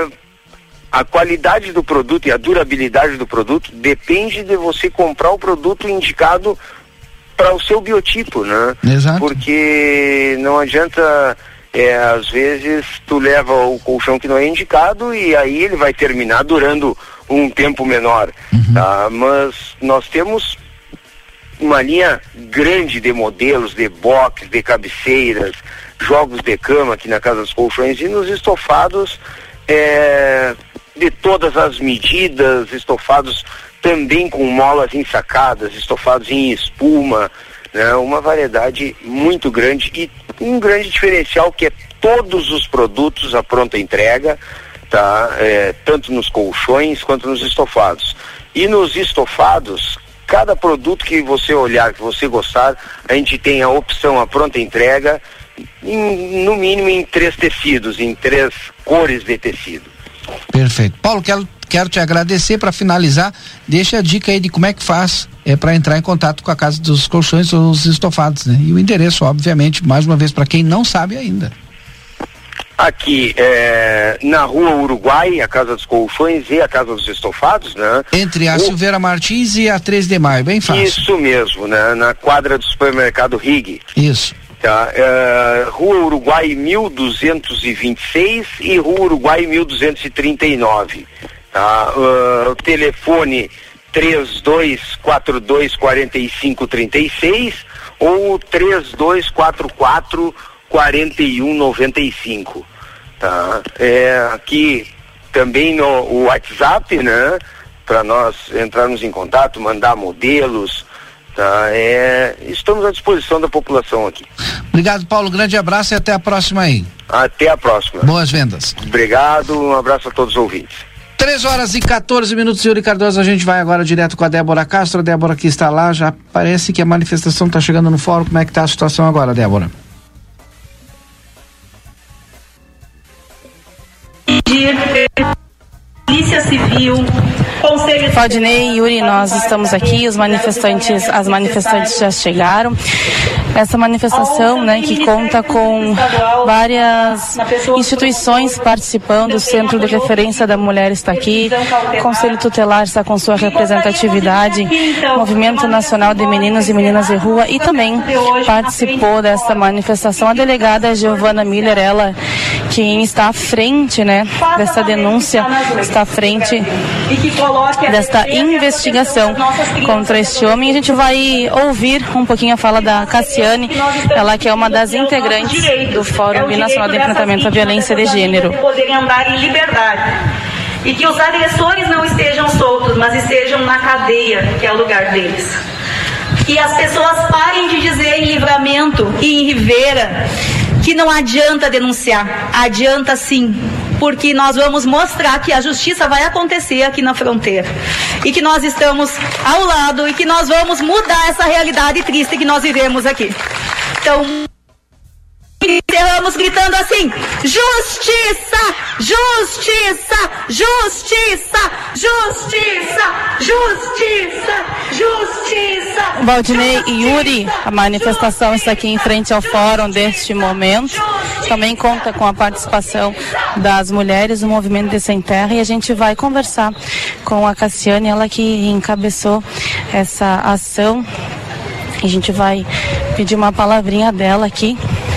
a qualidade do produto e a durabilidade do produto depende de você comprar o produto indicado para o seu biotipo, né? Exato. Porque não adianta às vezes tu leva o colchão que não é indicado e aí ele vai terminar durando um tempo menor, tá? Mas nós temos uma linha grande de modelos, de box, de cabeceiras, jogos de cama aqui na Casa dos Colchões, e nos estofados de todas as medidas, estofados também com molas ensacadas, estofados em espuma, né? Uma variedade muito grande e um grande diferencial que é todos os produtos à pronta entrega, tá? Tanto nos colchões quanto nos estofados. E nos estofados, cada produto que você olhar, que você gostar, a gente tem a opção à pronta entrega, no mínimo em 3 tecidos, em 3 cores de tecido. Perfeito. Paulo, quero te agradecer. Para finalizar, deixa a dica aí de como é que faz para entrar em contato com a Casa dos Colchões ou os estofados, né? E o endereço, obviamente, mais uma vez, para quem não sabe ainda. Aqui, na Rua Uruguai, a Casa dos Colchões e a Casa dos Estofados, né? Entre a Silveira Martins e a 3 de Maio, bem fácil. Isso mesmo, né? Na quadra do supermercado Rig. Isso. Tá? Rua Uruguai 1226 e Rua Uruguai 1239. Tá? O telefone 3242-4536 ou 3244-4195. Tá? Aqui também no WhatsApp, né? Para nós entrarmos em contato, mandar modelos. Tá? Estamos à disposição da população aqui. Obrigado, Paulo. Grande abraço e até a próxima aí. Até a próxima. Boas vendas. Obrigado, um abraço a todos os ouvintes. 3h14, Yuri Cardoso. A gente vai agora direto com a Débora Castro. A Débora que está lá, já parece que a manifestação está chegando no fórum. Como é que está a situação agora, Débora? Polícia Civil, Conselho... Valdinei, Yuri, nós estamos aqui, as manifestantes já chegaram. Essa manifestação, né, que conta com várias instituições participando, o Centro de Referência da Mulher está aqui, o Conselho Tutelar está com sua representatividade, Movimento Nacional de Meninos e Meninas de Rua, e também participou dessa manifestação a delegada Giovana Miller, ela quem está à frente, né, dessa denúncia, está à frente desta investigação contra este homem. A gente vai ouvir um pouquinho a fala da Cassiane, ela que é uma das integrantes do Fórum Binacional de Enfrentamento à Violência de Gênero. Poderem andar em liberdade e que os agressores não estejam soltos, mas estejam na cadeia, que é o lugar deles. Que as pessoas parem de dizer em Livramento e em Rivera que não adianta denunciar, adianta sim, porque nós vamos mostrar que a justiça vai acontecer aqui na fronteira e que nós estamos ao lado e que nós vamos mudar essa realidade triste que nós vivemos aqui. Então, encerramos gritando assim: justiça, justiça, justiça, justiça, justiça, justiça. Valdinei e Yuri, a manifestação está aqui em frente ao fórum deste momento. Também conta com a participação das mulheres do Movimento de Sem Terra, e a gente vai conversar com a Cassiane, ela que encabeçou essa ação. A gente vai pedir uma palavrinha dela aqui.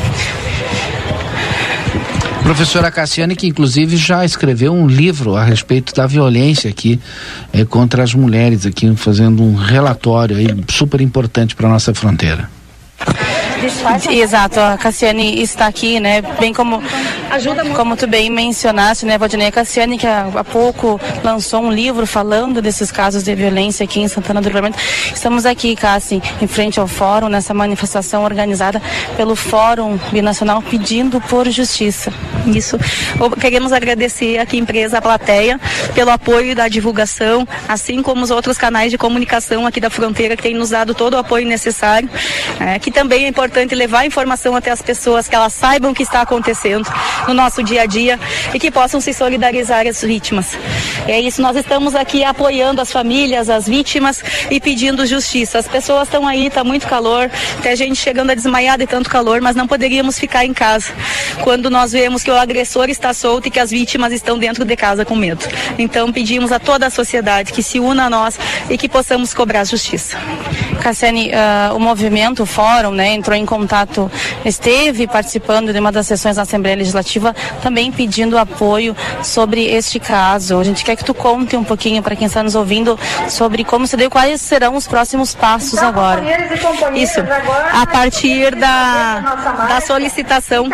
Professora Cassiane, que inclusive já escreveu um livro a respeito da violência aqui contra as mulheres, aqui fazendo um relatório aí super importante para nossa fronteira. Exato, a Cassiane está aqui, né, bem como tu bem mencionaste, né, Valdinei, a Cassiane que há pouco lançou um livro falando desses casos de violência aqui em Santana do Livramento. Estamos aqui, Cassi, em frente ao fórum, nessa manifestação organizada pelo Fórum Binacional pedindo por justiça. Isso, queremos agradecer aqui a empresa, a plateia, pelo apoio da divulgação, assim como os outros canais de comunicação aqui da fronteira que têm nos dado todo o apoio necessário, que também é importante levar a informação até as pessoas, que elas saibam o que está acontecendo no nosso dia a dia e que possam se solidarizar às vítimas. É isso, nós estamos aqui apoiando as famílias, as vítimas e pedindo justiça. As pessoas estão aí, está muito calor, até gente chegando a desmaiar de tanto calor, mas não poderíamos ficar em casa quando nós vemos que o agressor está solto e que as vítimas estão dentro de casa com medo. Então pedimos a toda a sociedade que se una a nós e que possamos cobrar justiça. Cassiane, o movimento, o fórum, né, entrou em contato, esteve participando de uma das sessões da Assembleia Legislativa, também pedindo apoio sobre este caso. A gente quer que tu conte um pouquinho para quem está nos ouvindo sobre como se deu, quais serão os próximos passos agora. Isso, a partir da solicitação,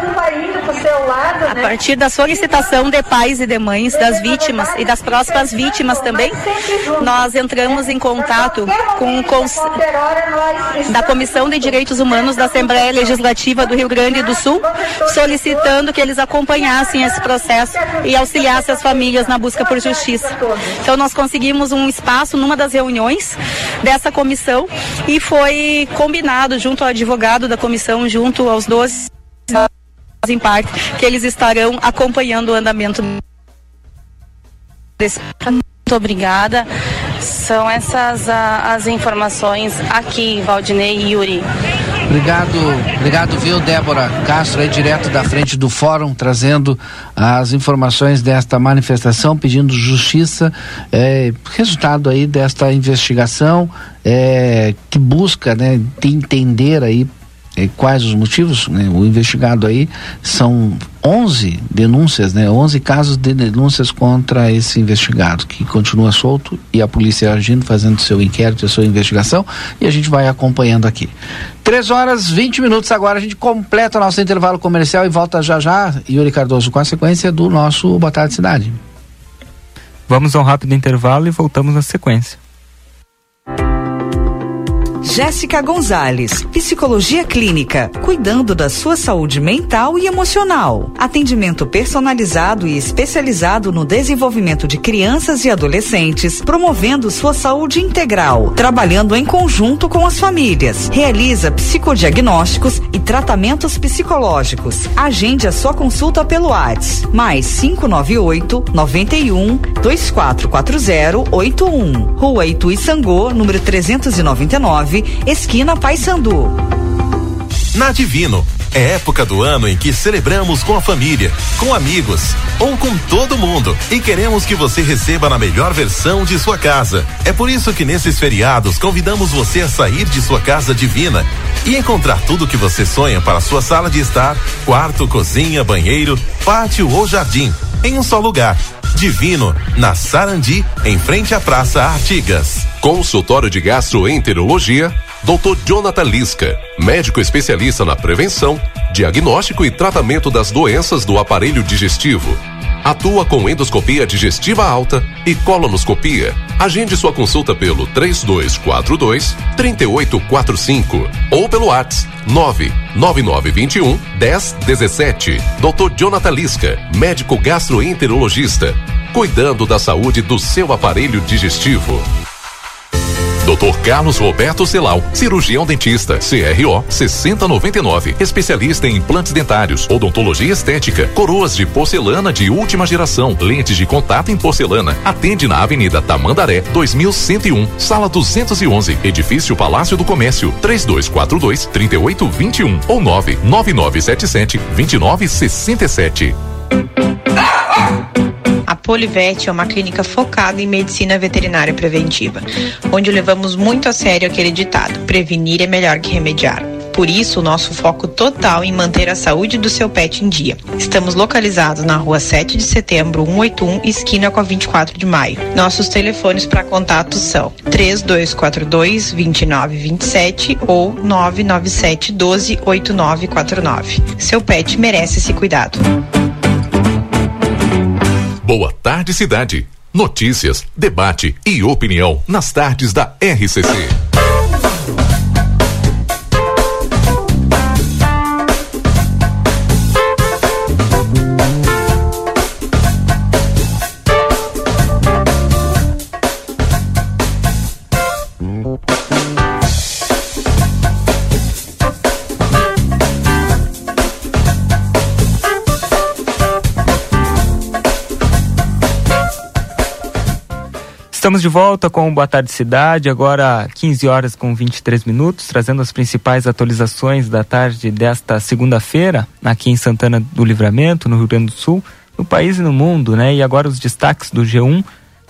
a partir da solicitação de pais e de mães das vítimas e das próximas vítimas também, nós entramos em contato com da Comissão de Direitos Humanos da Assembleia Legislativa do Rio Grande do Sul, solicitando que eles acompanhassem esse processo e auxiliassem as famílias na busca por justiça. Então nós conseguimos um espaço numa das reuniões dessa comissão e foi combinado junto ao advogado da comissão, junto aos 12 em parte, que eles estarão acompanhando o andamento desse. Muito obrigada. São essas as informações aqui, Valdinei e Yuri. Obrigado, viu, Débora Castro, aí direto da frente do fórum, trazendo as informações desta manifestação, pedindo justiça, resultado aí desta investigação, que busca, né, entender aí quais os motivos, né? O investigado aí são 11 denúncias, né? 11 casos de denúncias contra esse investigado, que continua solto e a polícia agindo, fazendo seu inquérito, a sua investigação, e a gente vai acompanhando aqui. 3h20 agora, a gente completa o nosso intervalo comercial e volta já já, Yuri Cardoso, com a sequência do nosso Boa Tarde Cidade. Vamos a um rápido intervalo e voltamos na sequência. Jéssica Gonzalez, Psicologia Clínica, cuidando da sua saúde mental e emocional. Atendimento personalizado e especializado no desenvolvimento de crianças e adolescentes, promovendo sua saúde integral, trabalhando em conjunto com as famílias. Realiza psicodiagnósticos e tratamentos psicológicos. Agende a sua consulta pelo WhatsApp, mais 598-91-244081. Rua Ituiçangô, número 399, esquina Paissandu. Na Divino, é época do ano em que celebramos com a família, com amigos ou com todo mundo e queremos que você receba na melhor versão de sua casa. É por isso que nesses feriados convidamos você a sair de sua casa divina e encontrar tudo o que você sonha para sua sala de estar, quarto, cozinha, banheiro, pátio ou jardim, em um só lugar. Divino, na Sarandi, em frente à Praça Artigas. Consultório de Gastroenterologia, Dr. Jonathan Lisca, médico especialista na prevenção, diagnóstico e tratamento das doenças do aparelho digestivo. Atua com endoscopia digestiva alta e colonoscopia. Agende sua consulta pelo 3242-3845 ou pelo WhatsApp 99921-1017. Dr. Jonathan Lisca, médico gastroenterologista, cuidando da saúde do seu aparelho digestivo. Dr. Carlos Roberto Celal, cirurgião dentista, CRO 6099, especialista em implantes dentários, odontologia estética, coroas de porcelana de última geração, lentes de contato em porcelana. Atende na Avenida Tamandaré, 2101, Sala 211, Edifício Palácio do Comércio, 3242-3821 ou 99977-2967. A Polivete é uma clínica focada em medicina veterinária preventiva, onde levamos muito a sério aquele ditado: prevenir é melhor que remediar. Por isso, o nosso foco total em manter a saúde do seu pet em dia. Estamos localizados na Rua 7 de Setembro, 181, esquina com a 24 de Maio. Nossos telefones para contato são 3242-2927 ou 997-12-8949. Seu pet merece esse cuidado. Boa Tarde Cidade. Notícias, debate e opinião nas tardes da RCC. Estamos de volta com o Boa Tarde Cidade, agora 15h23, trazendo as principais atualizações da tarde desta segunda-feira, aqui em Santana do Livramento, no Rio Grande do Sul, no país e no mundo, né? E agora os destaques do G1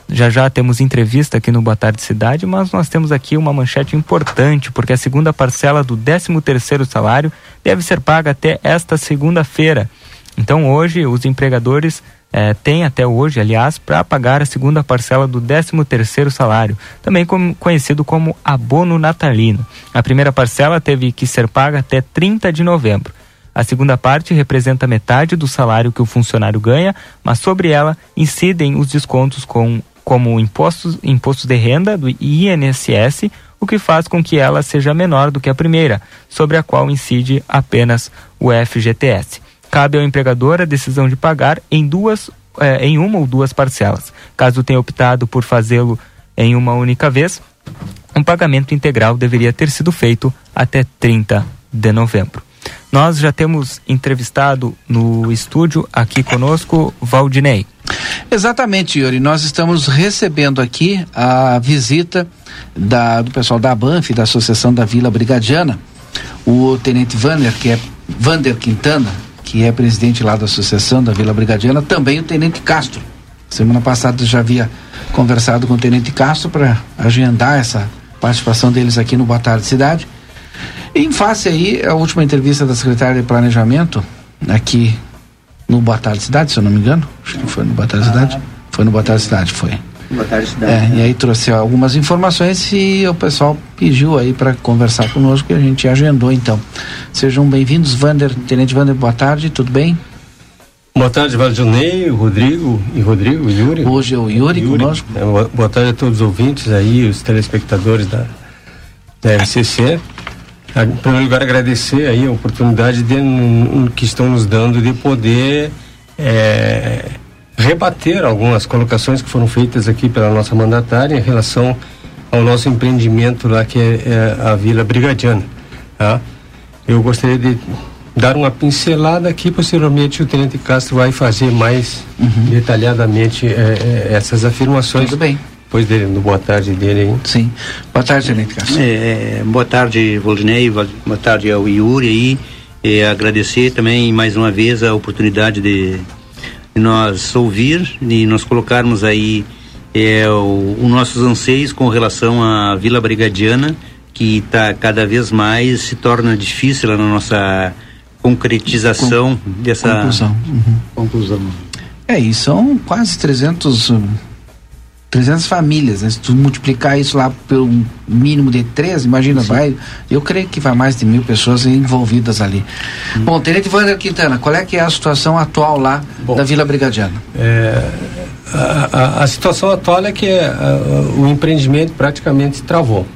Já temos entrevista aqui no Boa Tarde Cidade, mas nós temos aqui uma manchete importante, porque a segunda parcela do 13º salário deve ser paga até esta segunda-feira. Então hoje os empregadores têm até hoje, aliás, para pagar a segunda parcela do 13º salário, também conhecido como abono natalino. A primeira parcela teve que ser paga até 30 de novembro. A segunda parte representa metade do salário que o funcionário ganha, mas sobre ela incidem os descontos como impostos de renda do INSS, o que faz com que ela seja menor do que a primeira, sobre a qual incide apenas o FGTS. Cabe ao empregador a decisão de pagar em uma ou duas parcelas. Caso tenha optado por fazê-lo em uma única vez, um pagamento integral deveria ter sido feito até 30 de novembro. Nós já temos entrevistado no estúdio aqui conosco Valdinei. Exatamente, Yuri. Nós estamos recebendo aqui a visita do pessoal da ABANF, da Associação da Vila Brigadiana, o tenente Vander Quintana, que é presidente lá da Associação da Vila Brigadiana, também o tenente Castro. Semana passada eu já havia conversado com o tenente Castro para agendar essa participação deles aqui no Boa Tarde Cidade. Em face aí, a última entrevista da secretária de Planejamento, aqui no Boa Tarde Cidade, se eu não me engano, acho que foi no Boa Tarde Cidade. Foi no Boa Tarde Cidade, foi. Boa Tarde Cidade. E aí trouxe algumas informações e o pessoal pediu aí para conversar conosco e a gente agendou então. Sejam bem-vindos, Tenente Vander, boa tarde, tudo bem? Boa tarde, Valdinei, Rodrigo, Yuri. Hoje é o Yuri conosco. Boa tarde a todos os ouvintes aí, os telespectadores da RCC. Em primeiro lugar, agradecer aí a oportunidade que estão nos dando de poder rebater algumas colocações que foram feitas aqui pela nossa mandatária em relação ao nosso empreendimento lá, que é a Vila Brigadiana. Tá? Eu gostaria de dar uma pincelada aqui, posteriormente o Tenente Castro vai fazer mais detalhadamente essas afirmações. Tudo bem. Depois dele, no boa tarde dele aí. Sim. Boa tarde, Tenente Castro. Boa tarde, Valdinei, boa tarde ao Yuri aí, agradecer também mais uma vez a oportunidade de nós ouvir e nós colocarmos aí os nossos anseios com relação à Vila Brigadiana, que está cada vez mais se torna difícil na nossa concretização dessa conclusão. E são quase 300 famílias, né? Se tu multiplicar isso lá pelo mínimo de 3, imagina, eu creio que vai mais de 1.000 pessoas envolvidas ali. Bom, Tenente Vander Quintana, qual é que é a situação atual lá da Vila Brigadiana? A situação atual é que o empreendimento praticamente travou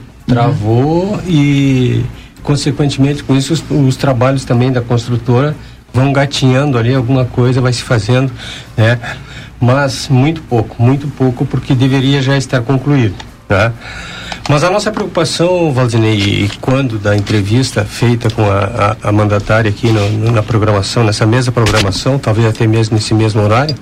e consequentemente com isso os trabalhos também da construtora vão gatinhando ali, alguma coisa vai se fazendo, né? Mas muito pouco, porque deveria já estar concluído, tá? Mas a nossa preocupação, Valdinei, quando da entrevista feita com a mandatária aqui na programação, nessa mesma programação, talvez até mesmo nesse mesmo horário,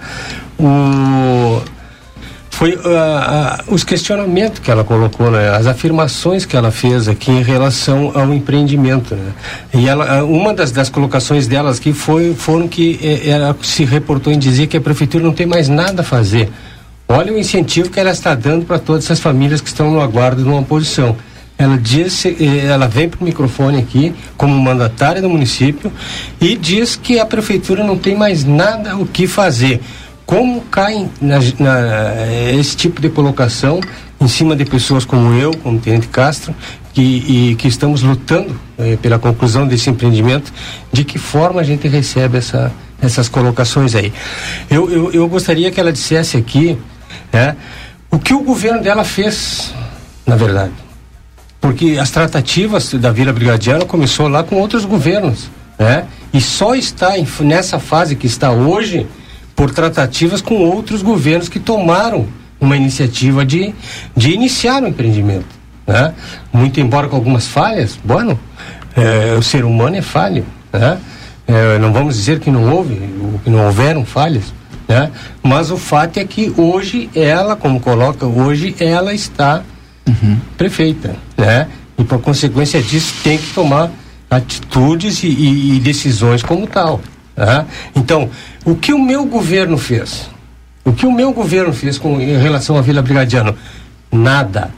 foi os questionamentos que ela colocou, né? As afirmações que ela fez aqui em relação ao empreendimento, né? E uma das colocações delas aqui foram que ela se reportou em dizer que a prefeitura não tem mais nada a fazer. Olha o incentivo que ela está dando para todas essas famílias que estão no aguardo de uma posição. Ela vem para o microfone aqui como mandatária do município e diz que a prefeitura não tem mais nada o que fazer. Como cai esse tipo de colocação em cima de pessoas como eu, como Tenente Castro, que estamos lutando pela conclusão desse empreendimento, de que forma a gente recebe essas colocações aí? Eu gostaria que ela dissesse aqui, né, o que o governo dela fez, na verdade. Porque as tratativas da Vila Brigadiana começou lá com outros governos, né? E só está nessa fase que está hoje por tratativas com outros governos que tomaram uma iniciativa de iniciar o empreendimento, né? Muito embora com algumas falhas, o ser humano é falho, né? Não vamos dizer que não houveram falhas, né? Mas o fato é que hoje ela está prefeita, né? E por consequência disso tem que tomar atitudes e decisões como tal. Então, o que o meu governo fez? O que o meu governo fez em relação à Vila Brigadiano? Nada.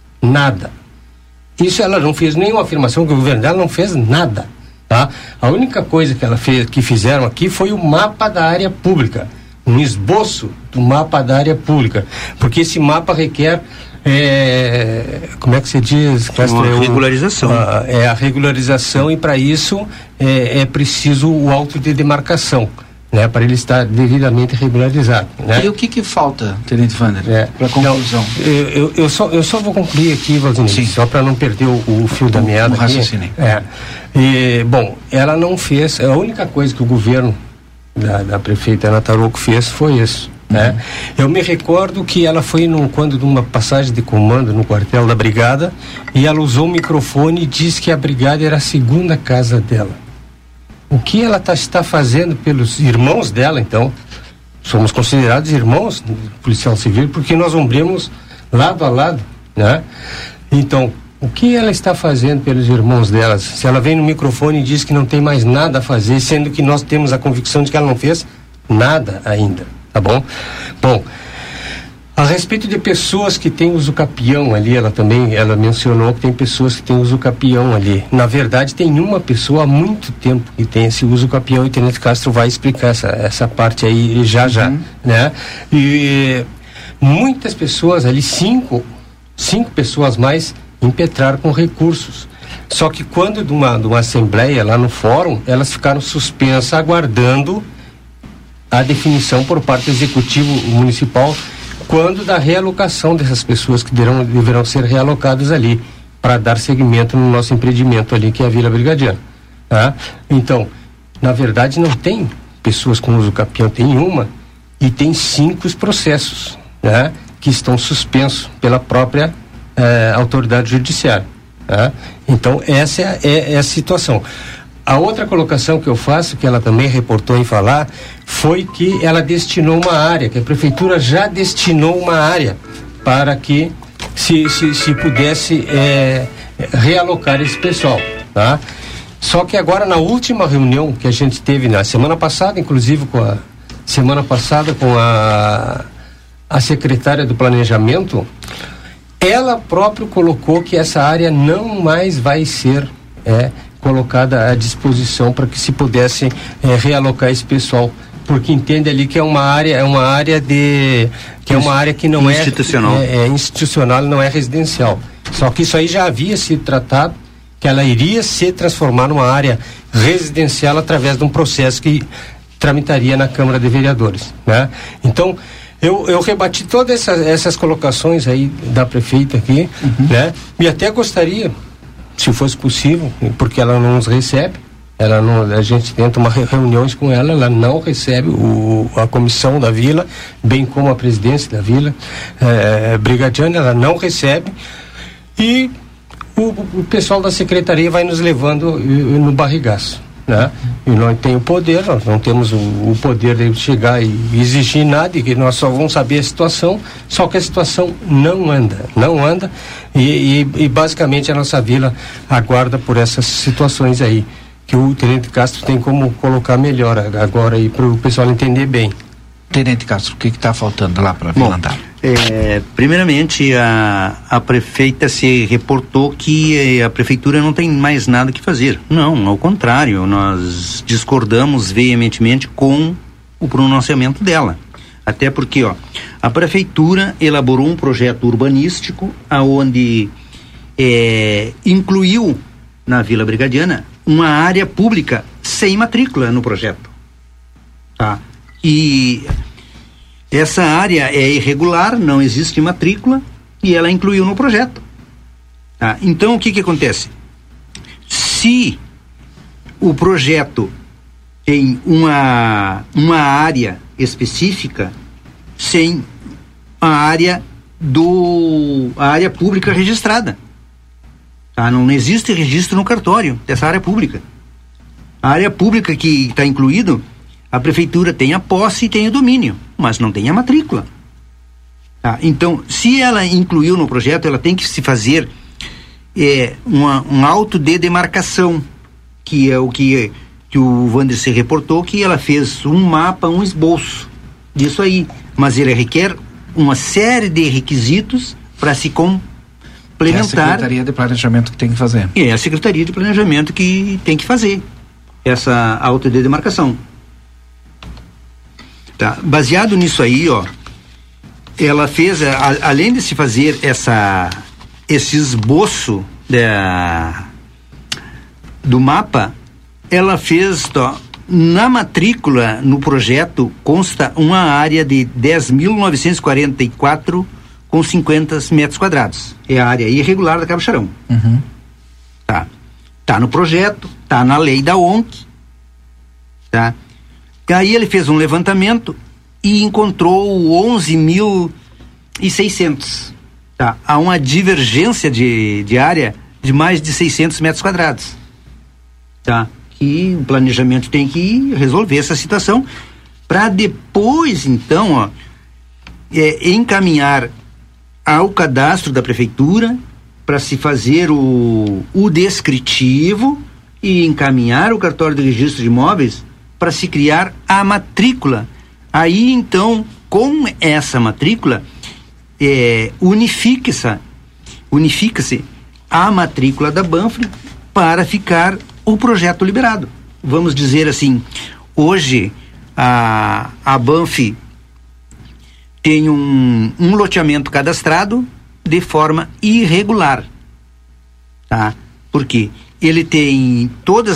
Isso ela não fez nenhuma afirmação, que o governo dela não fez nada, tá? A única coisa que fizeram aqui foi o mapa da área pública, um esboço do mapa da área pública, porque esse mapa requer como é que se diz? Uma regularização. A regularização, e para isso é preciso o auto de demarcação, né, para ele estar devidamente regularizado, né? E o que falta, Tenente Wander, para conclusão? Eu só vou concluir aqui, Valdinei, só para não perder o fio da meada. Bom, ela não fez, a única coisa que o governo da prefeita Ana Tarouco fez foi isso, né? Eu me recordo que ela foi quando numa passagem de comando no quartel da brigada, e ela usou o microfone e disse que a brigada era a segunda casa dela. O que ela está fazendo pelos irmãos dela, então? Somos considerados irmãos do policial civil, porque nós ombrimos lado a lado, né? Então, o que ela está fazendo pelos irmãos delas? Se ela vem no microfone e diz que não tem mais nada a fazer, sendo que nós temos a convicção de que ela não fez nada ainda, tá bom? Bom, a respeito de pessoas que têm usucapião ali, ela mencionou que tem pessoas que têm usucapião ali. Na verdade, tem uma pessoa há muito tempo que tem esse usucapião, e o Tenente Castro vai explicar essa parte aí já, né? E muitas pessoas ali, cinco pessoas mais, impetraram com recursos. Só que quando de uma assembleia lá no fórum, elas ficaram suspensas, aguardando a definição por parte do Executivo Municipal quando da realocação dessas pessoas que deverão ser realocadas ali, para dar seguimento no nosso empreendimento ali, que é a Vila Brigadiano, tá? Então, na verdade, não tem pessoas com usucapião, tem uma, e tem 5 processos, né, que estão suspensos pela própria autoridade judiciária, tá? Então, essa é a situação. A outra colocação que eu faço, que ela também reportou em falar, foi que ela destinou uma área, que a prefeitura já destinou uma área para que se pudesse realocar esse pessoal, tá? Só que agora, na última reunião que a gente teve na semana passada, inclusive com a secretária do Planejamento, ela própria colocou que essa área não mais vai ser colocada à disposição para que se pudesse realocar esse pessoal, porque entende ali que é uma área que não é institucional, não é residencial. Só que isso aí já havia sido tratado, que ela iria se transformar numa área residencial através de um processo que tramitaria na Câmara de Vereadores, né? Então, eu rebati todas essas colocações aí da prefeita aqui, né? E até gostaria, se fosse possível, porque ela não nos recebe, a gente tenta reuniões com ela não recebe a comissão da vila, bem como a presidência da vila brigadiana, ela não recebe, e o pessoal da secretaria vai nos levando no barrigaço, né? E nós temos o poder, nós não temos o poder de chegar e exigir nada, e que nós só vamos saber a situação, só que a situação não anda, e basicamente a nossa vila aguarda por essas situações aí, que o Tenente Castro tem como colocar melhor agora aí, para o pessoal entender bem. Tenente Castro, o que está faltando lá para a vila andar? Primeiramente, a prefeita se reportou que a prefeitura não tem mais nada que fazer. Não, ao contrário, nós discordamos veementemente com o pronunciamento dela. Até porque, a prefeitura elaborou um projeto urbanístico aonde incluiu na Vila Brigadiana uma área pública sem matrícula no projeto, tá? E essa área é irregular, não existe matrícula, e ela incluiu no projeto, tá? Então, o que acontece? Se o projeto tem uma área específica sem a área pública registrada, tá? Não existe registro no cartório dessa área pública. A área pública que está incluído, a prefeitura tem a posse e tem o domínio, mas não tem a matrícula, tá? Então, se ela incluiu no projeto, ela tem que se fazer um auto de demarcação, que é o que o Wander se reportou, que ela fez um mapa, um esboço disso aí, mas ele requer uma série de requisitos para se complementar. É a Secretaria de Planejamento que tem que fazer. É a Secretaria de Planejamento que tem que fazer essa autodemarcação. Tá? Baseado nisso aí, ó, ela fez, além de se fazer esse esboço do mapa, ela fez, ó, na matrícula, no projeto, consta uma área de 10.944 com 50 metros quadrados. É a área irregular da Cabucharão. Uhum. Tá no projeto, tá na lei da ONC, tá? Aí ele fez um levantamento e encontrou 11.600. Tá? Há uma divergência de área de mais de 600 metros quadrados. Tá? E o planejamento tem que resolver essa situação para depois, então, ó, encaminhar ao cadastro da prefeitura para se fazer o descritivo e encaminhar o cartório de registro de imóveis para se criar a matrícula. Aí, então, com essa matrícula, unifica-se a matrícula da Banfre para ficar o projeto liberado. Vamos dizer assim, hoje a Banfre tem um loteamento cadastrado de forma irregular, tá? Por quê? Ele tem todas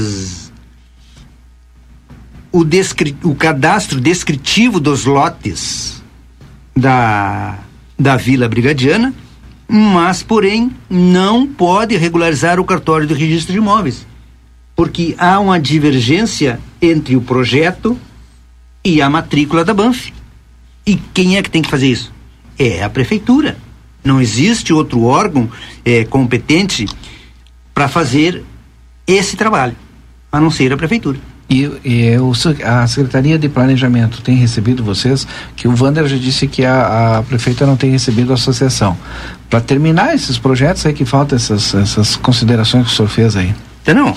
o cadastro descritivo dos lotes da Vila Brigadiana, mas, porém, não pode regularizar o cartório do registro de imóveis, porque há uma divergência entre o projeto e a matrícula da Banfre. E quem é que tem que fazer isso? É a prefeitura. Não existe outro órgão competente para fazer esse trabalho, a não ser a prefeitura. E a Secretaria de Planejamento tem recebido vocês, que o Wander já disse que a prefeita não tem recebido a associação. Para terminar esses projetos aí que faltam essas considerações que o senhor fez aí. Então,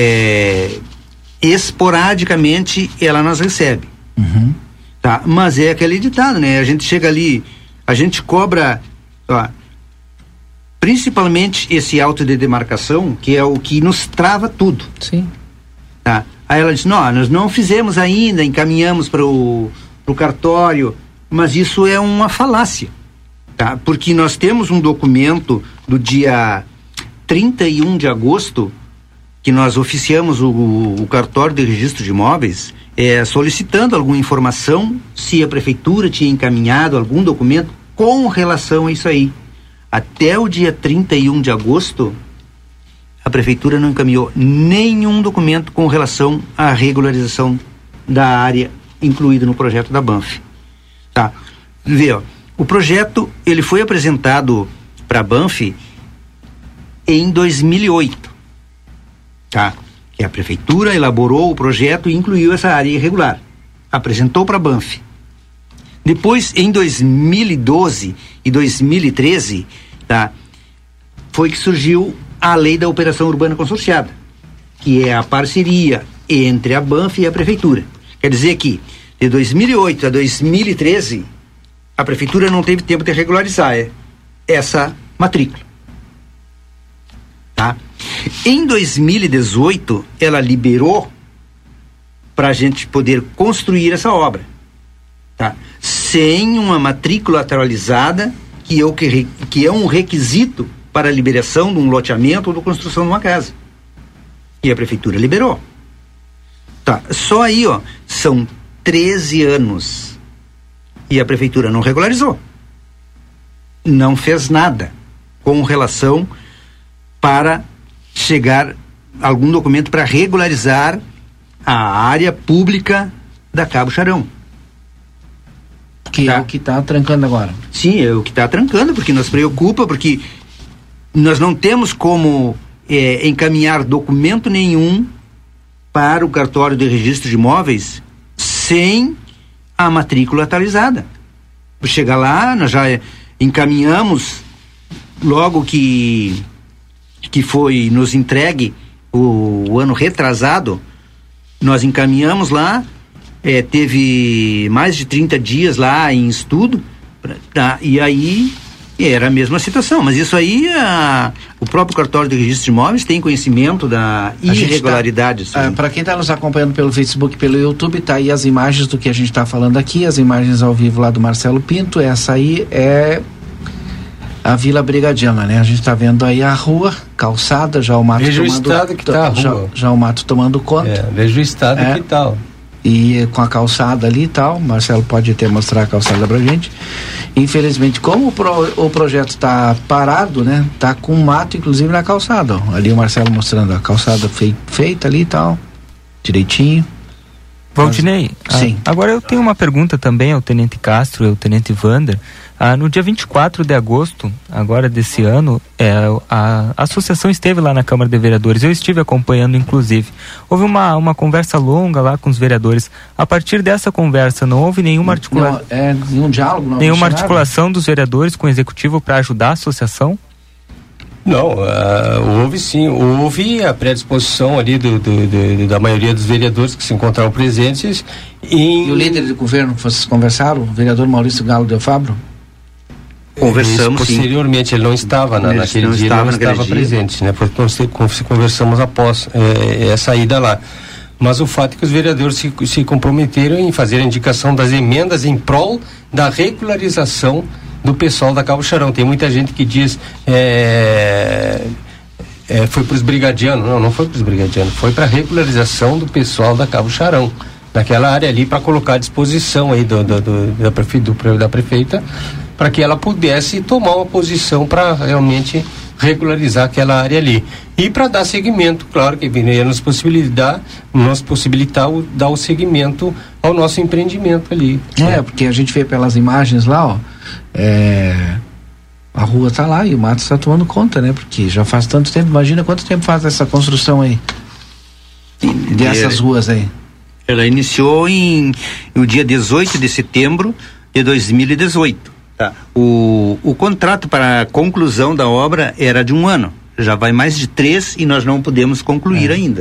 esporadicamente ela nos recebe. Uhum. Tá? Mas é aquele ditado, né? A gente chega ali, a gente cobra, ó, principalmente esse auto de demarcação, que é o que nos trava tudo. Sim. Tá? Aí ela disse, não, nós não fizemos ainda, encaminhamos para o cartório, mas isso é uma falácia, tá? Porque nós temos um documento do dia 31 de agosto, que nós oficiamos o cartório de registro de imóveis, solicitando alguma informação, se a prefeitura tinha encaminhado algum documento com relação a isso aí. Até o dia 31 de agosto, a prefeitura não encaminhou nenhum documento com relação à regularização da área incluída no projeto da Banfre. Tá? Vê, ó, o projeto, ele foi apresentado para a Banfre em 2008, tá? Que a prefeitura elaborou o projeto e incluiu essa área irregular. Apresentou para a Banfre. Depois, em 2012 e 2013, tá? Foi que surgiu a Lei da Operação Urbana Consorciada, que é a parceria entre a Banfre e a prefeitura. Quer dizer que de 2008 a 2013 a prefeitura não teve tempo de regularizar essa matrícula, tá? Em 2018 ela liberou para a gente poder construir essa obra, tá? Sem uma matrícula atualizada, que é um requisito para a liberação de um loteamento ou da construção de uma casa. E a prefeitura liberou. Tá, só aí, ó, são 13 anos. E a prefeitura não regularizou. Não fez nada com relação para chegar algum documento para regularizar a área pública da Cabo Charão. Que tá. É o que está trancando agora. Sim, é o que está trancando, porque nos preocupa, porque nós não temos como encaminhar documento nenhum para o cartório de registro de imóveis sem a matrícula atualizada. Chega lá, nós já encaminhamos logo que foi nos entregue o ano retrasado, nós encaminhamos lá teve mais de 30 dias lá em estudo, tá? E aí era a mesma situação, mas isso aí o próprio cartório de registro de imóveis tem conhecimento da irregularidade. Para quem está nos acompanhando pelo Facebook, pelo YouTube, tá aí as imagens do que a gente está falando aqui, as imagens ao vivo lá do Marcelo Pinto. Essa aí é a Vila Brigadiana, né? A gente está vendo aí a rua, calçada, já o mato veja tomando... Veja o estado que está a rua. Já o mato tomando conta. Veja o estado que está. E com a calçada ali e tal, Marcelo pode até mostrar a calçada pra gente. Infelizmente, como o projeto está parado, né? Tá com mato, inclusive, na calçada, ó. Ali o Marcelo mostrando a calçada feita ali e tal, direitinho. Valdinei, sim. Agora eu tenho uma pergunta também ao Tenente Castro e ao Tenente Wander. No dia 24 de agosto, agora desse ano, a associação esteve lá na Câmara de Vereadores. Eu estive acompanhando, inclusive. Houve uma conversa longa lá com os vereadores. A partir dessa conversa, não houve nenhuma articulação? Nenhum diálogo? Não nenhuma articulação dos vereadores com o Executivo para ajudar a associação? Não, houve sim, houve a predisposição ali da maioria dos vereadores que se encontraram presentes. E o líder do governo que vocês conversaram, o vereador Maurício Galo Del Fabro? Conversamos, posteriormente, ele não estava naquele dia, não estava presente, né? Porque nós conversamos após essa ida lá. Mas o fato é que os vereadores se comprometeram em fazer a indicação das emendas em prol da regularização do pessoal da Cabo Charão. Tem muita gente que diz foi para os brigadianos. Não foi para os brigadianos, foi para a regularização do pessoal da Cabo Charão, naquela área ali, para colocar à disposição aí da prefeita, para que ela pudesse tomar uma posição para realmente regularizar aquela área ali. E para dar seguimento, claro que ia nos possibilitar dar o seguimento ao nosso empreendimento ali. Porque a gente vê pelas imagens lá, ó, a rua tá lá e o mato está tomando conta, né? Porque já faz tanto tempo, imagina quanto tempo faz essa construção aí, dessas ruas aí. Ela iniciou no dia 18 de setembro de 2018. Tá. O contrato para a conclusão da obra era de 1 ano. Já vai mais de 3 e nós não podemos concluir ainda.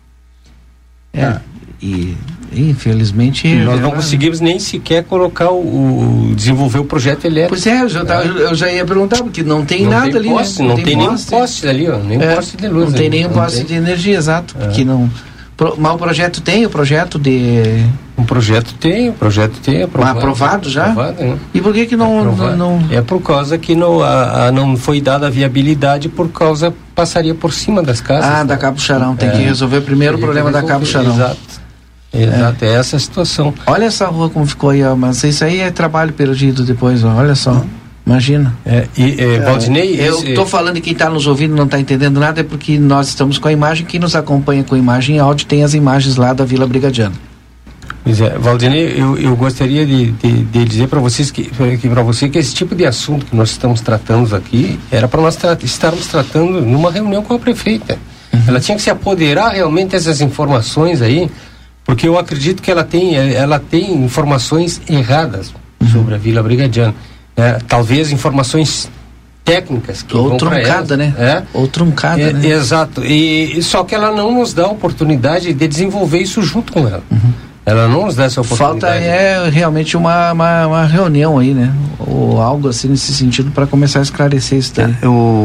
E infelizmente nós não conseguimos nem sequer colocar desenvolver o projeto elétrico. Pois eu já ia perguntar, porque não tem nada ali, poste, né? Não tem nenhum poste ali, ó, nem poste de luz. Não tem nenhum poste de energia, exato, porque não... Mas o projeto tem, o projeto de... O projeto tem aprovado já? Aprovado, né? E por que não... É por causa que não foi dada a viabilidade, por causa passaria por cima das casas. Da Cabo Charão, tem que resolver primeiro o problema da Cabo Charão. Exato, é essa a situação. Olha essa rua como ficou aí, ó, mas isso aí é trabalho perdido depois, ó, olha só. Imagina. Valdinei... Eu estou falando e quem está nos ouvindo não está entendendo nada, é porque nós estamos com a imagem. Quem nos acompanha com imagem e áudio tem as imagens lá da Vila Brigadiana. Pois é, Valdinei, eu gostaria de dizer para vocês que esse tipo de assunto que nós estamos tratando aqui era para nós estarmos tratando numa reunião com a prefeita. Ela tinha que se apoderar realmente dessas informações aí, porque eu acredito que ela tem informações erradas sobre a Vila Brigadiana. Talvez informações técnicas que ou truncada, né? Ou truncada, né? Exato. E só que ela não nos dá a oportunidade de desenvolver isso junto com ela. Ela não nos dá essa oportunidade. Falta realmente uma reunião aí, né? Ou algo assim nesse sentido para começar a esclarecer isso daí.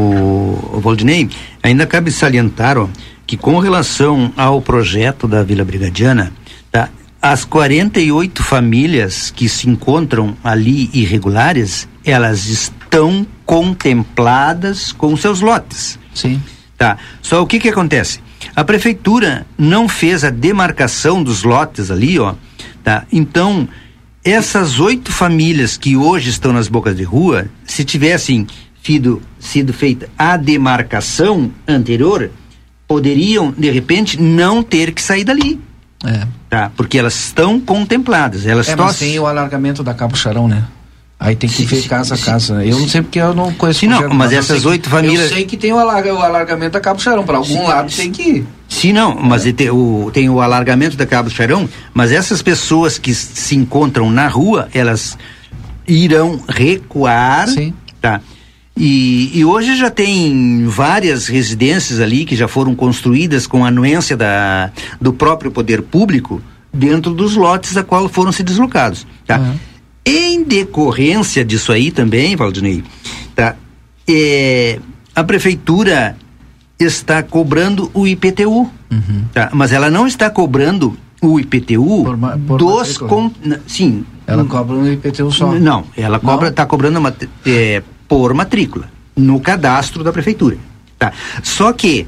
O Valdinei, ainda cabe salientar, ó, que com relação ao projeto da Vila Brigadiana, tá? As 48 famílias que se encontram ali irregulares, elas estão contempladas com seus lotes. Sim. Tá. Só o que acontece? A prefeitura não fez a demarcação dos lotes ali, ó. Tá? Então, essas 8 famílias que hoje estão nas bocas de rua, se tivessem sido feita a demarcação anterior, poderiam, de repente, não ter que sair dali. Tá, porque elas estão contempladas. Mas tem o alargamento da Cabo Charão, né? Aí tem que ver casa a casa. Eu não sei porque eu não conheço. Mas essas 8 famílias... Eu sei que tem o alargamento da Cabo Charão. Para algum lado tem que ir. Sim, não, mas tem o alargamento da Cabo Charão, mas essas pessoas que se encontram na rua, elas irão recuar. Sim. Tá? E hoje já tem várias residências ali que já foram construídas com a anuência do próprio poder público, dentro dos lotes a qual foram se deslocados, tá? Em decorrência disso aí também, Valdinei, tá? A prefeitura está cobrando o IPTU, tá? Mas ela não está cobrando o IPTU dos... Sim. Ela cobra no IPTU só? Não, ela está cobrando por matrícula, no cadastro da prefeitura, tá? Só que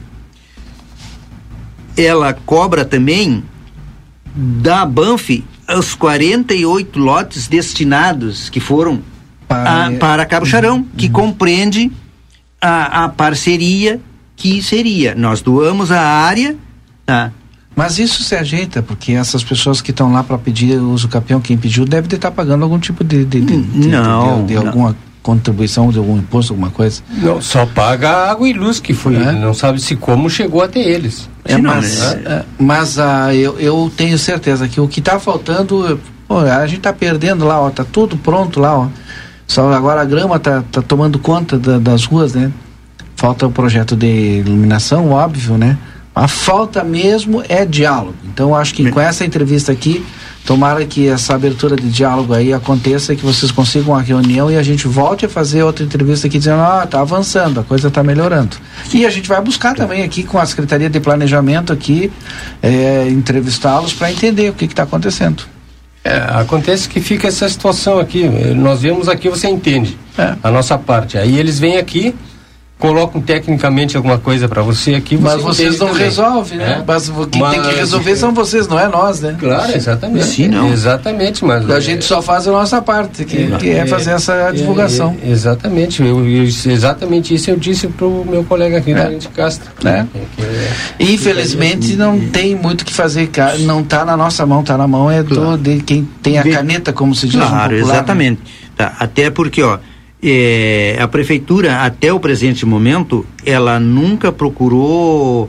ela cobra também da Banff os 48 lotes destinados que foram para Cabo Charão, que compreende a parceria que seria. Nós doamos a área, tá? Mas isso se ajeita, porque essas pessoas que estão lá para pedir uso capião, quem pediu deve estar pagando algum tipo de alguma contribuição, de algum imposto, alguma coisa. Não, só paga água e luz, que foi, não sabe se como chegou até eles. Mas eu tenho certeza que o que está faltando, a gente está perdendo lá, tá tudo pronto lá, só agora a grama tá tomando conta das ruas, né? Falta o projeto de iluminação, óbvio, né? A falta mesmo é diálogo. Então acho que com essa entrevista aqui, tomara que essa abertura de diálogo aí aconteça, que vocês consigam uma reunião e a gente volte a fazer outra entrevista aqui dizendo, tá avançando, a coisa tá melhorando. E a gente vai buscar também aqui com a Secretaria de Planejamento aqui, entrevistá-los para entender o que está acontecendo. Acontece que fica essa situação aqui, nós vemos aqui, você entende a nossa parte, aí eles vêm aqui, colocam tecnicamente alguma coisa para você aqui, mas vocês não resolvem, né? Mas quem tem que resolver são vocês, não é nós, né? Claro, exatamente. Sim, não. Exatamente, mas a gente só faz a nossa parte, que é fazer essa divulgação. Exatamente, exatamente isso eu disse pro meu colega aqui, Valente Castro. Infelizmente não tem muito o que fazer, não tá na nossa mão, tá na mão de quem tem a caneta, como se diz no popular. Exatamente. Tá, até porque, a prefeitura, até o presente momento, ela nunca procurou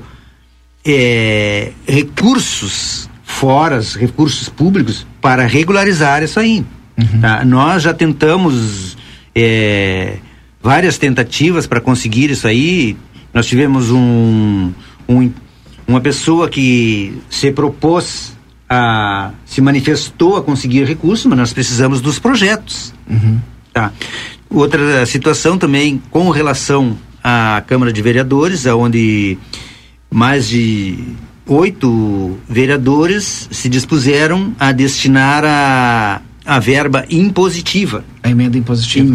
recursos públicos para regularizar isso aí. Tá? Nós já tentamos várias tentativas para conseguir isso aí. Nós tivemos uma pessoa que se propôs se manifestou a conseguir recursos, mas nós precisamos dos projetos. Tá? Outra situação também com relação à Câmara de Vereadores, onde mais de 8 vereadores se dispuseram a destinar a verba impositiva. A emenda impositiva.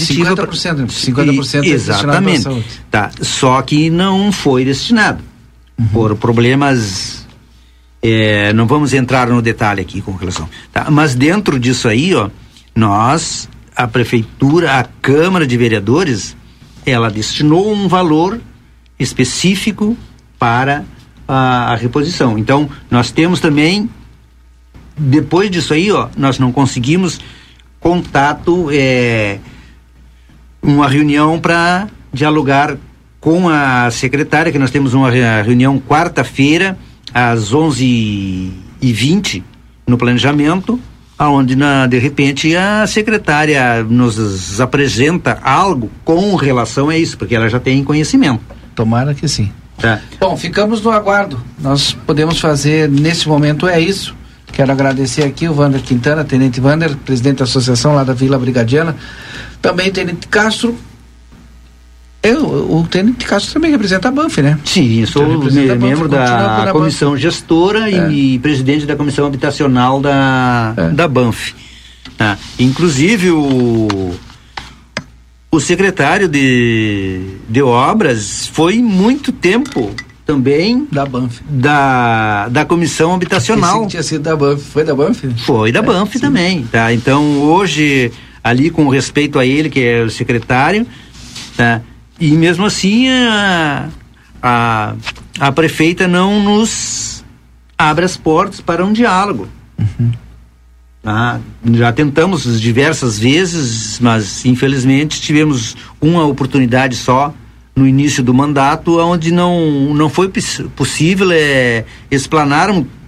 50% exatamente. Tá. Só que não foi destinado por problemas. Não vamos entrar no detalhe aqui com relação. Tá? Mas dentro disso aí, a prefeitura, a Câmara de Vereadores, ela destinou um valor específico para a reposição. Então, nós temos também, depois disso aí, nós não conseguimos contato, uma reunião para dialogar com a secretária, que nós temos uma reunião quarta-feira, às 11h20, no planejamento, onde de repente a secretária nos apresenta algo com relação a isso, porque ela já tem conhecimento. Tomara que sim. Tá. Bom, ficamos no aguardo. Nós podemos fazer nesse momento isso. Quero agradecer aqui o Wander Quintana, Tenente Wander, presidente da associação lá da Vila Brigadiana, também Tenente Castro. O Tenente Castro também representa a Banff, né? Sim, sou membro da comissão gestora e presidente da comissão habitacional da Banff. Tá. Inclusive o secretário de obras foi muito tempo também da Banff, da comissão habitacional. Tinha sido da Banff. Foi da Banff? Foi da Banff também. Tá. Então hoje, ali com respeito a ele, que é o secretário, tá? E mesmo assim a prefeita não nos abre as portas para um diálogo. Já tentamos diversas vezes, mas infelizmente tivemos uma oportunidade só no início do mandato, onde não foi possível explanar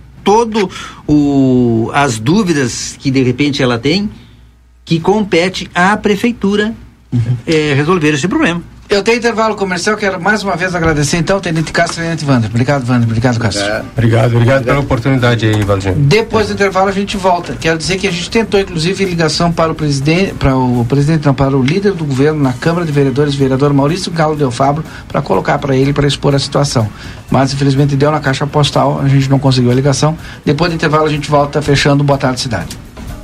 as dúvidas que de repente ela tem, que compete à prefeitura resolver esse problema. Eu tenho intervalo comercial, quero mais uma vez agradecer então, Tenente Castro e Tenente Wander. Obrigado, Wander. Obrigado, Castro. Obrigado pela oportunidade aí, Valdir. Depois do intervalo a gente volta. Quero dizer que a gente tentou, inclusive, ligação para o líder do governo na Câmara de Vereadores, vereador Maurício Galo Del Fabro, para colocar para ele, para expor a situação. Mas, infelizmente, deu na caixa postal, a gente não conseguiu a ligação. Depois do intervalo a gente volta fechando Boa Tarde Cidade.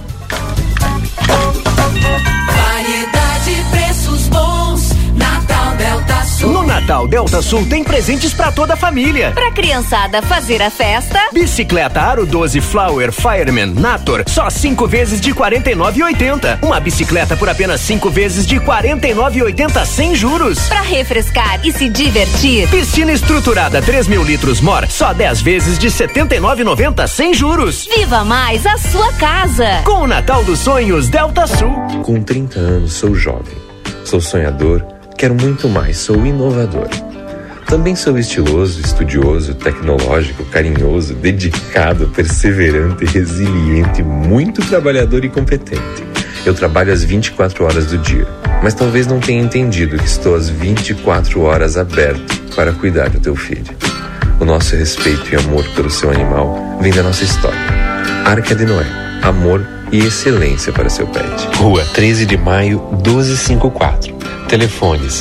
No Natal Delta Sul tem presentes pra toda a família. Pra criançada fazer a festa. Bicicleta Aro 12 Flower Fireman Nator, só 5 vezes de R$ 49,80. Uma bicicleta por apenas 5 vezes de R$ 49,80 sem juros. Pra refrescar e se divertir. Piscina estruturada 3.000 litros Mor, só 10 vezes de R$ 79,90 sem juros. Viva mais a sua casa. Com o Natal dos Sonhos Delta Sul. Com 30 anos sou jovem, sou sonhador. Quero muito mais, sou inovador. Também sou estiloso, estudioso, tecnológico, carinhoso, dedicado, perseverante, resiliente, muito trabalhador e competente. Eu trabalho às 24 horas do dia, mas talvez não tenha entendido que estou às 24 horas aberto para cuidar do teu filho. O nosso respeito e amor pelo seu animal vem da nossa história. Arca de Noé, amor e excelência para seu pet. Rua 13 de Maio, 1254. Telefones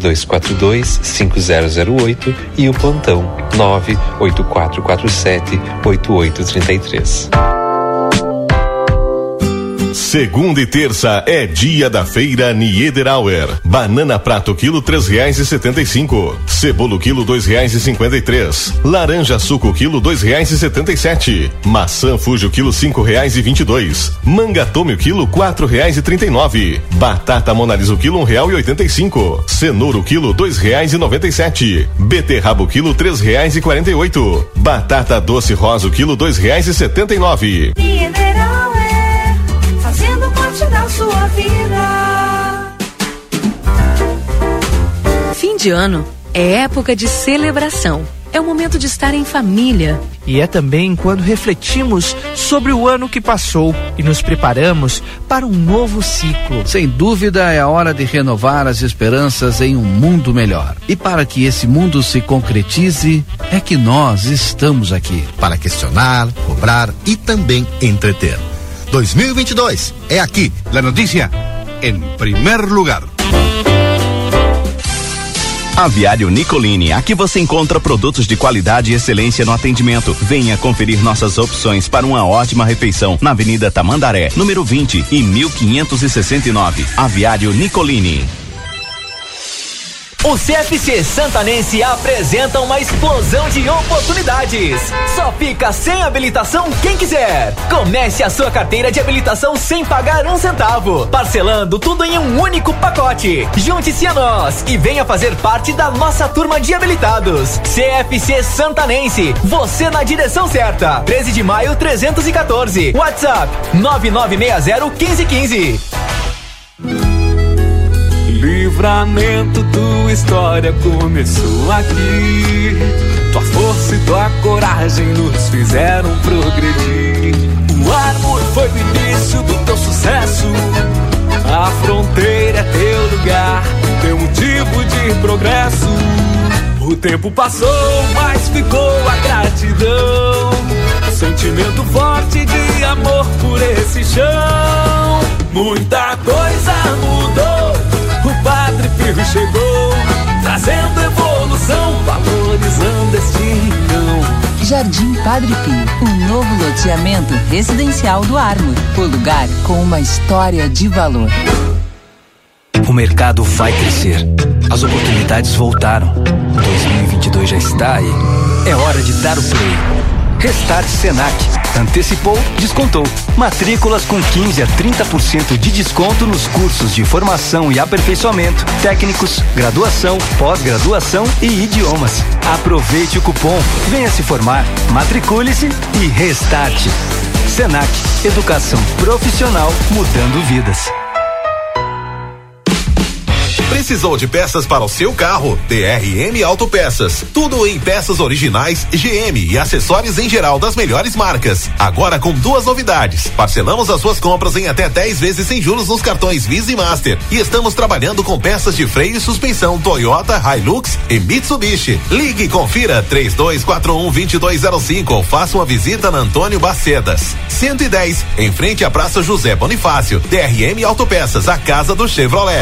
3242-5008 e o plantão 98447-8833. Segunda e terça é dia da feira Niederauer. Banana prato quilo R$3,75. Cebola quilo R$2,53. Laranja suco quilo R$2,77. Maçã Fuji quilo R$5,22. Manga Tome quilo R$4,39. Batata Monalisa quilo R$1,85. Cenoura quilo R$2,97. Beterraba quilo R$3,48. Batata doce rosa quilo R$2,79. Fazendo parte da sua vida. Fim de ano é época de celebração. É o momento de estar em família. E é também quando refletimos sobre o ano que passou e nos preparamos para um novo ciclo. Sem dúvida é a hora de renovar as esperanças em um mundo melhor. E para que esse mundo se concretize, é que nós estamos aqui. Para questionar, cobrar e também entreter. 2022 é aqui. La notícia em primeiro lugar. Aviário Nicolini, aqui você encontra produtos de qualidade e excelência no atendimento. Venha conferir nossas opções para uma ótima refeição na Avenida Tamandaré, número 20 e 1569. Aviário Nicolini. O CFC Santanense apresenta uma explosão de oportunidades. Só fica sem habilitação quem quiser. Comece a sua carteira de habilitação sem pagar um centavo, parcelando tudo em um único pacote. Junte-se a nós e venha fazer parte da nossa turma de habilitados. CFC Santanense, você na direção certa. 13 de maio 314. WhatsApp 9960-1515. Livramento, tua história começou aqui. Tua força e tua coragem nos fizeram progredir. O Armor foi o início do teu sucesso. A fronteira é teu lugar, teu motivo de progresso. O tempo passou, mas ficou a gratidão. Sentimento forte de amor por esse chão. Muita coisa mudou. O Padre Pio chegou, trazendo evolução, valorizando este rincão. Jardim Padre Pio, um novo loteamento residencial do Armor. O lugar com uma história de valor. O mercado vai crescer. As oportunidades voltaram. 2022 já está aí. É hora de dar o play. Restart Senac. Antecipou, descontou. Matrículas com 15 a 30% de desconto nos cursos de formação e aperfeiçoamento, técnicos, graduação, pós-graduação e idiomas. Aproveite o cupom, venha se formar, matricule-se e restarte. Senac, educação profissional mudando vidas. Precisou de peças para o seu carro? DRM Autopeças. Tudo em peças originais GM e acessórios em geral das melhores marcas. Agora com 2 novidades. Parcelamos as suas compras em até 10 vezes sem juros nos cartões Visa e Master. E estamos trabalhando com peças de freio e suspensão Toyota, Hilux e Mitsubishi. Ligue e confira 3241-2205 ou faça uma visita na Antônio Bacedas 110, em frente à Praça José Bonifácio. DRM Autopeças, a casa do Chevrolet.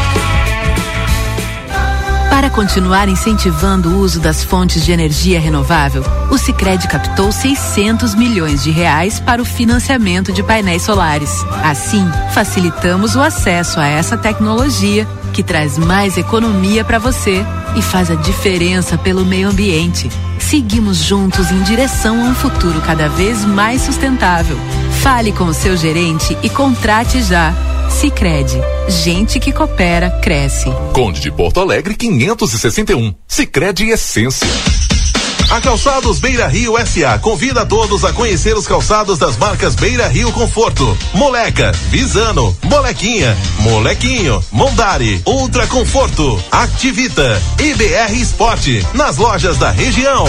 Para continuar incentivando o uso das fontes de energia renovável, o Sicredi captou 600 milhões de reais para o financiamento de painéis solares. Assim, facilitamos o acesso a essa tecnologia que traz mais economia para você e faz a diferença pelo meio ambiente. Seguimos juntos em direção a um futuro cada vez mais sustentável. Fale com o seu gerente e contrate já. Sicredi, gente que coopera, cresce. Conde de Porto Alegre 561. Sicredi Essência. A Calçados Beira Rio S.A. convida a todos a conhecer os calçados das marcas Beira Rio Conforto, Moleca, Visano, Molequinha, Molequinho, Mondari, Ultra Conforto, Activita e BR Esporte, nas lojas da região.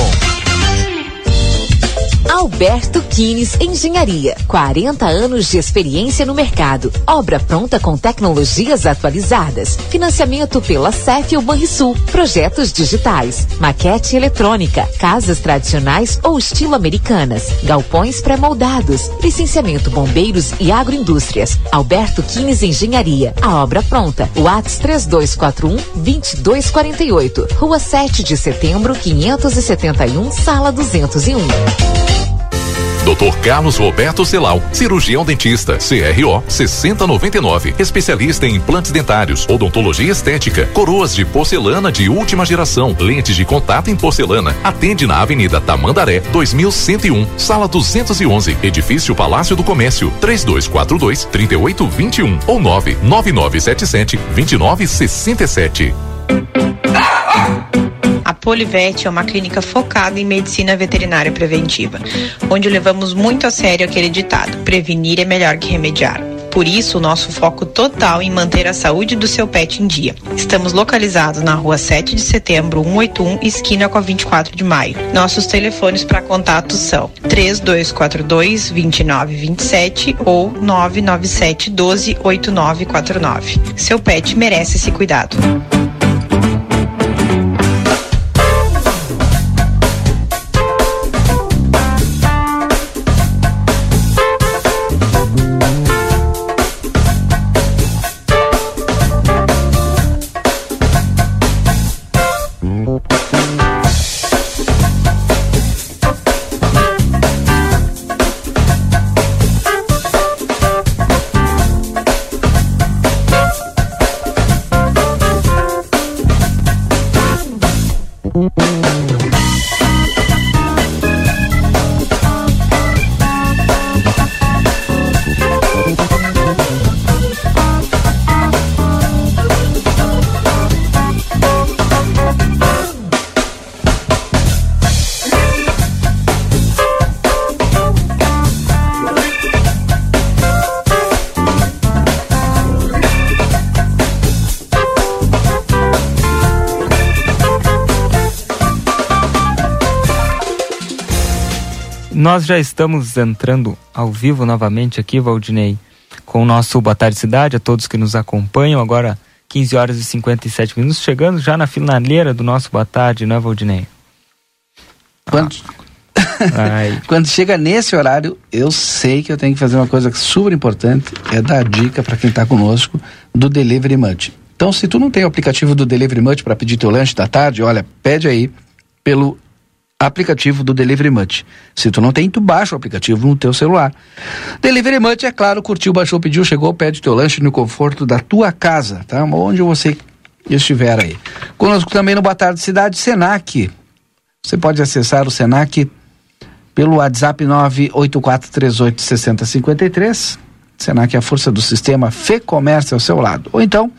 Alberto Quines Engenharia, 40 anos de experiência no mercado, obra pronta com tecnologias atualizadas, financiamento pela CEF ou Banrisul, projetos digitais, maquete eletrônica, casas tradicionais ou estilo americanas, galpões pré-moldados, licenciamento bombeiros e agroindústrias. Alberto Quines Engenharia, a obra pronta, WhatsApp 3241-2248, Rua 7 de Setembro, 571, Sala 201. Dr. Carlos Roberto Celal, cirurgião dentista, CRO 6099, especialista em implantes dentários, odontologia estética, coroas de porcelana de última geração, lentes de contato em porcelana. Atende na Avenida Tamandaré, 2101, Sala 211, Edifício Palácio do Comércio, 3242-3821 ou 99977-2967. A Polivete é uma clínica focada em medicina veterinária preventiva, onde levamos muito a sério aquele ditado: prevenir é melhor que remediar. Por isso, o nosso foco total em manter a saúde do seu pet em dia. Estamos localizados na Rua 7 de Setembro, 181, esquina com a 24 de Maio. Nossos telefones para contato são 3242-2927 ou 997-12-8949. Seu pet merece esse cuidado. Nós já estamos entrando ao vivo novamente aqui, Valdinei, com o nosso Boa Tarde Cidade, a todos que nos acompanham. Agora 15 horas e 57 minutos, chegando já na finaleira do nosso Boa Tarde, não é, Valdinei? Quando chega nesse horário, eu sei que eu tenho que fazer uma coisa super importante, é dar dica para quem está conosco do Delivery Munch. Então, se tu não tem o aplicativo do Delivery Munch para pedir teu lanche da tarde, olha, pede aí pelo aplicativo do Delivery Munch. Se tu não tem, tu baixa o aplicativo no teu celular. Delivery Munch, é claro, curtiu, baixou, pediu, chegou, pede teu lanche no conforto da tua casa, tá? Onde você estiver aí. Conosco também no Boa Tarde Cidade, Senac. Você pode acessar o Senac pelo WhatsApp 984386053. Senac é a força do sistema Fê Comércio ao seu lado. Ou então,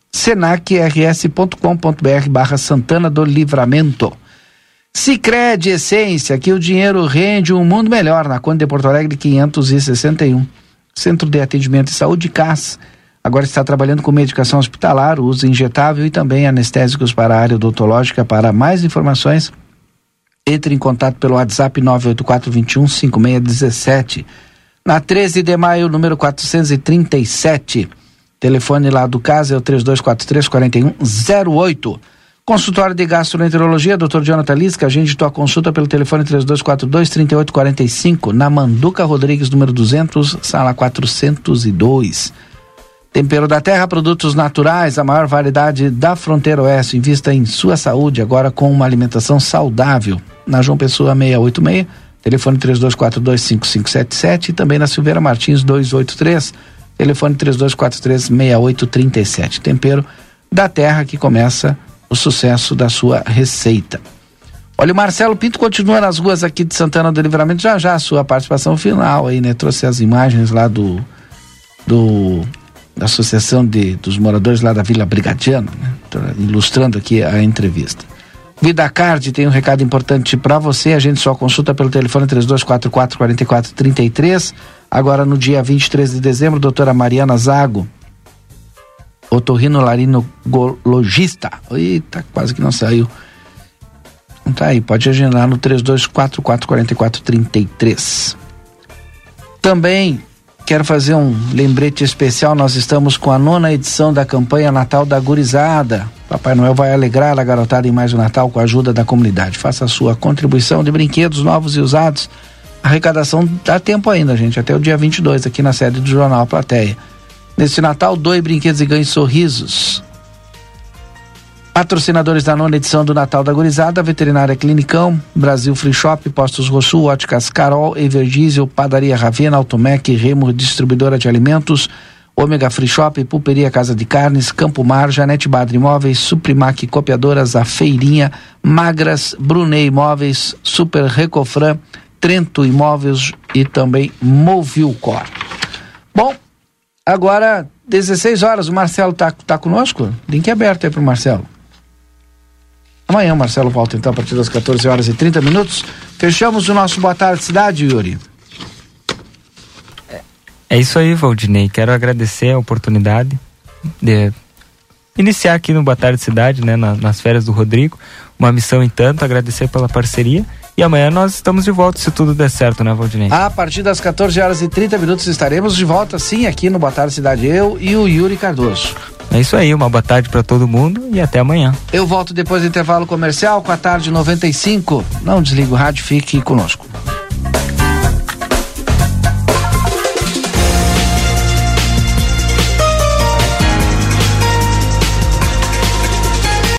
senacrs.com.br/Santana do Livramento. Sicredi Essência, que o dinheiro rende um mundo melhor, na Conde de Porto Alegre 561. Centro de Atendimento e Saúde CAS, agora está trabalhando com medicação hospitalar, uso injetável e também anestésicos para a área odontológica. Para mais informações, entre em contato pelo WhatsApp 984-21-5617. Na 13 de maio, número 437. Telefone lá do caso é o 3243-4108. Consultório de gastroenterologia, Dr. Jonathan Lisca, agende tua consulta pelo telefone 3242-3845, na Manduca Rodrigues, número 200, sala 402. Tempero da Terra, produtos naturais, a maior variedade da fronteira oeste. Invista em sua saúde agora com uma alimentação saudável. Na João Pessoa 686, telefone 3242-5577 e também na Silveira Martins 283, telefone 3243-6837. Tempero da Terra, que começa o sucesso da sua receita. Olha, o Marcelo Pinto continua nas ruas aqui de Santana do Livramento, já a sua participação final aí, né? Trouxe as imagens lá da Associação dos Moradores lá da Vila Brigadiano, né? Ilustrando aqui a entrevista. VidaCard tem um recado importante para você. A gente só consulta pelo telefone 3244-4433. Agora no dia 23 de dezembro, doutora Mariana Zago, otorrinolaringologista. Eita, quase que não saiu. Então tá aí, pode agendar no 3244-4433. Também quero fazer um lembrete especial. Nós estamos com a 9ª edição da campanha Natal da Gurizada. Papai Noel vai alegrar a garotada em mais um Natal com a ajuda da comunidade. Faça a sua contribuição de brinquedos novos e usados. A arrecadação dá tempo ainda, gente, até o dia 22, aqui na sede do Jornal A Plateia. Neste Natal, doe brinquedos e ganhe sorrisos. Patrocinadores da 9ª edição do Natal da Gurizada: Veterinária Clinicão, Brasil Free Shop, Postos Rosul, Óticas Carol, Everdiesel, Padaria Ravena, Automec, Remo Distribuidora de Alimentos, Ômega Free Shop, Pulperia Casa de Carnes, Campo Mar, Janete Badre Imóveis, Suprimac Copiadoras, A Feirinha, Magras, Brunei Imóveis, Super Recofran, Trento Imóveis e também Movilcor. Bom, agora 16 horas, o Marcelo tá conosco? Link aberto aí pro Marcelo. Amanhã o Marcelo volta então a partir das 14h30. Fechamos o nosso Boa Tarde Cidade, Yuri. É isso aí, Valdinei. Quero agradecer a oportunidade de iniciar aqui no Boa Tarde Cidade, né, nas férias do Rodrigo. Uma missão em tanto, agradecer pela parceria. E amanhã nós estamos de volta, se tudo der certo, né, Valdinei? A partir das 14h30 estaremos de volta, sim, aqui no Boa Tarde Cidade, eu e o Yuri Cardoso. É isso aí, uma boa tarde para todo mundo e até amanhã. Eu volto depois do intervalo comercial com a Tarde 95. Não desliga o rádio, fique conosco.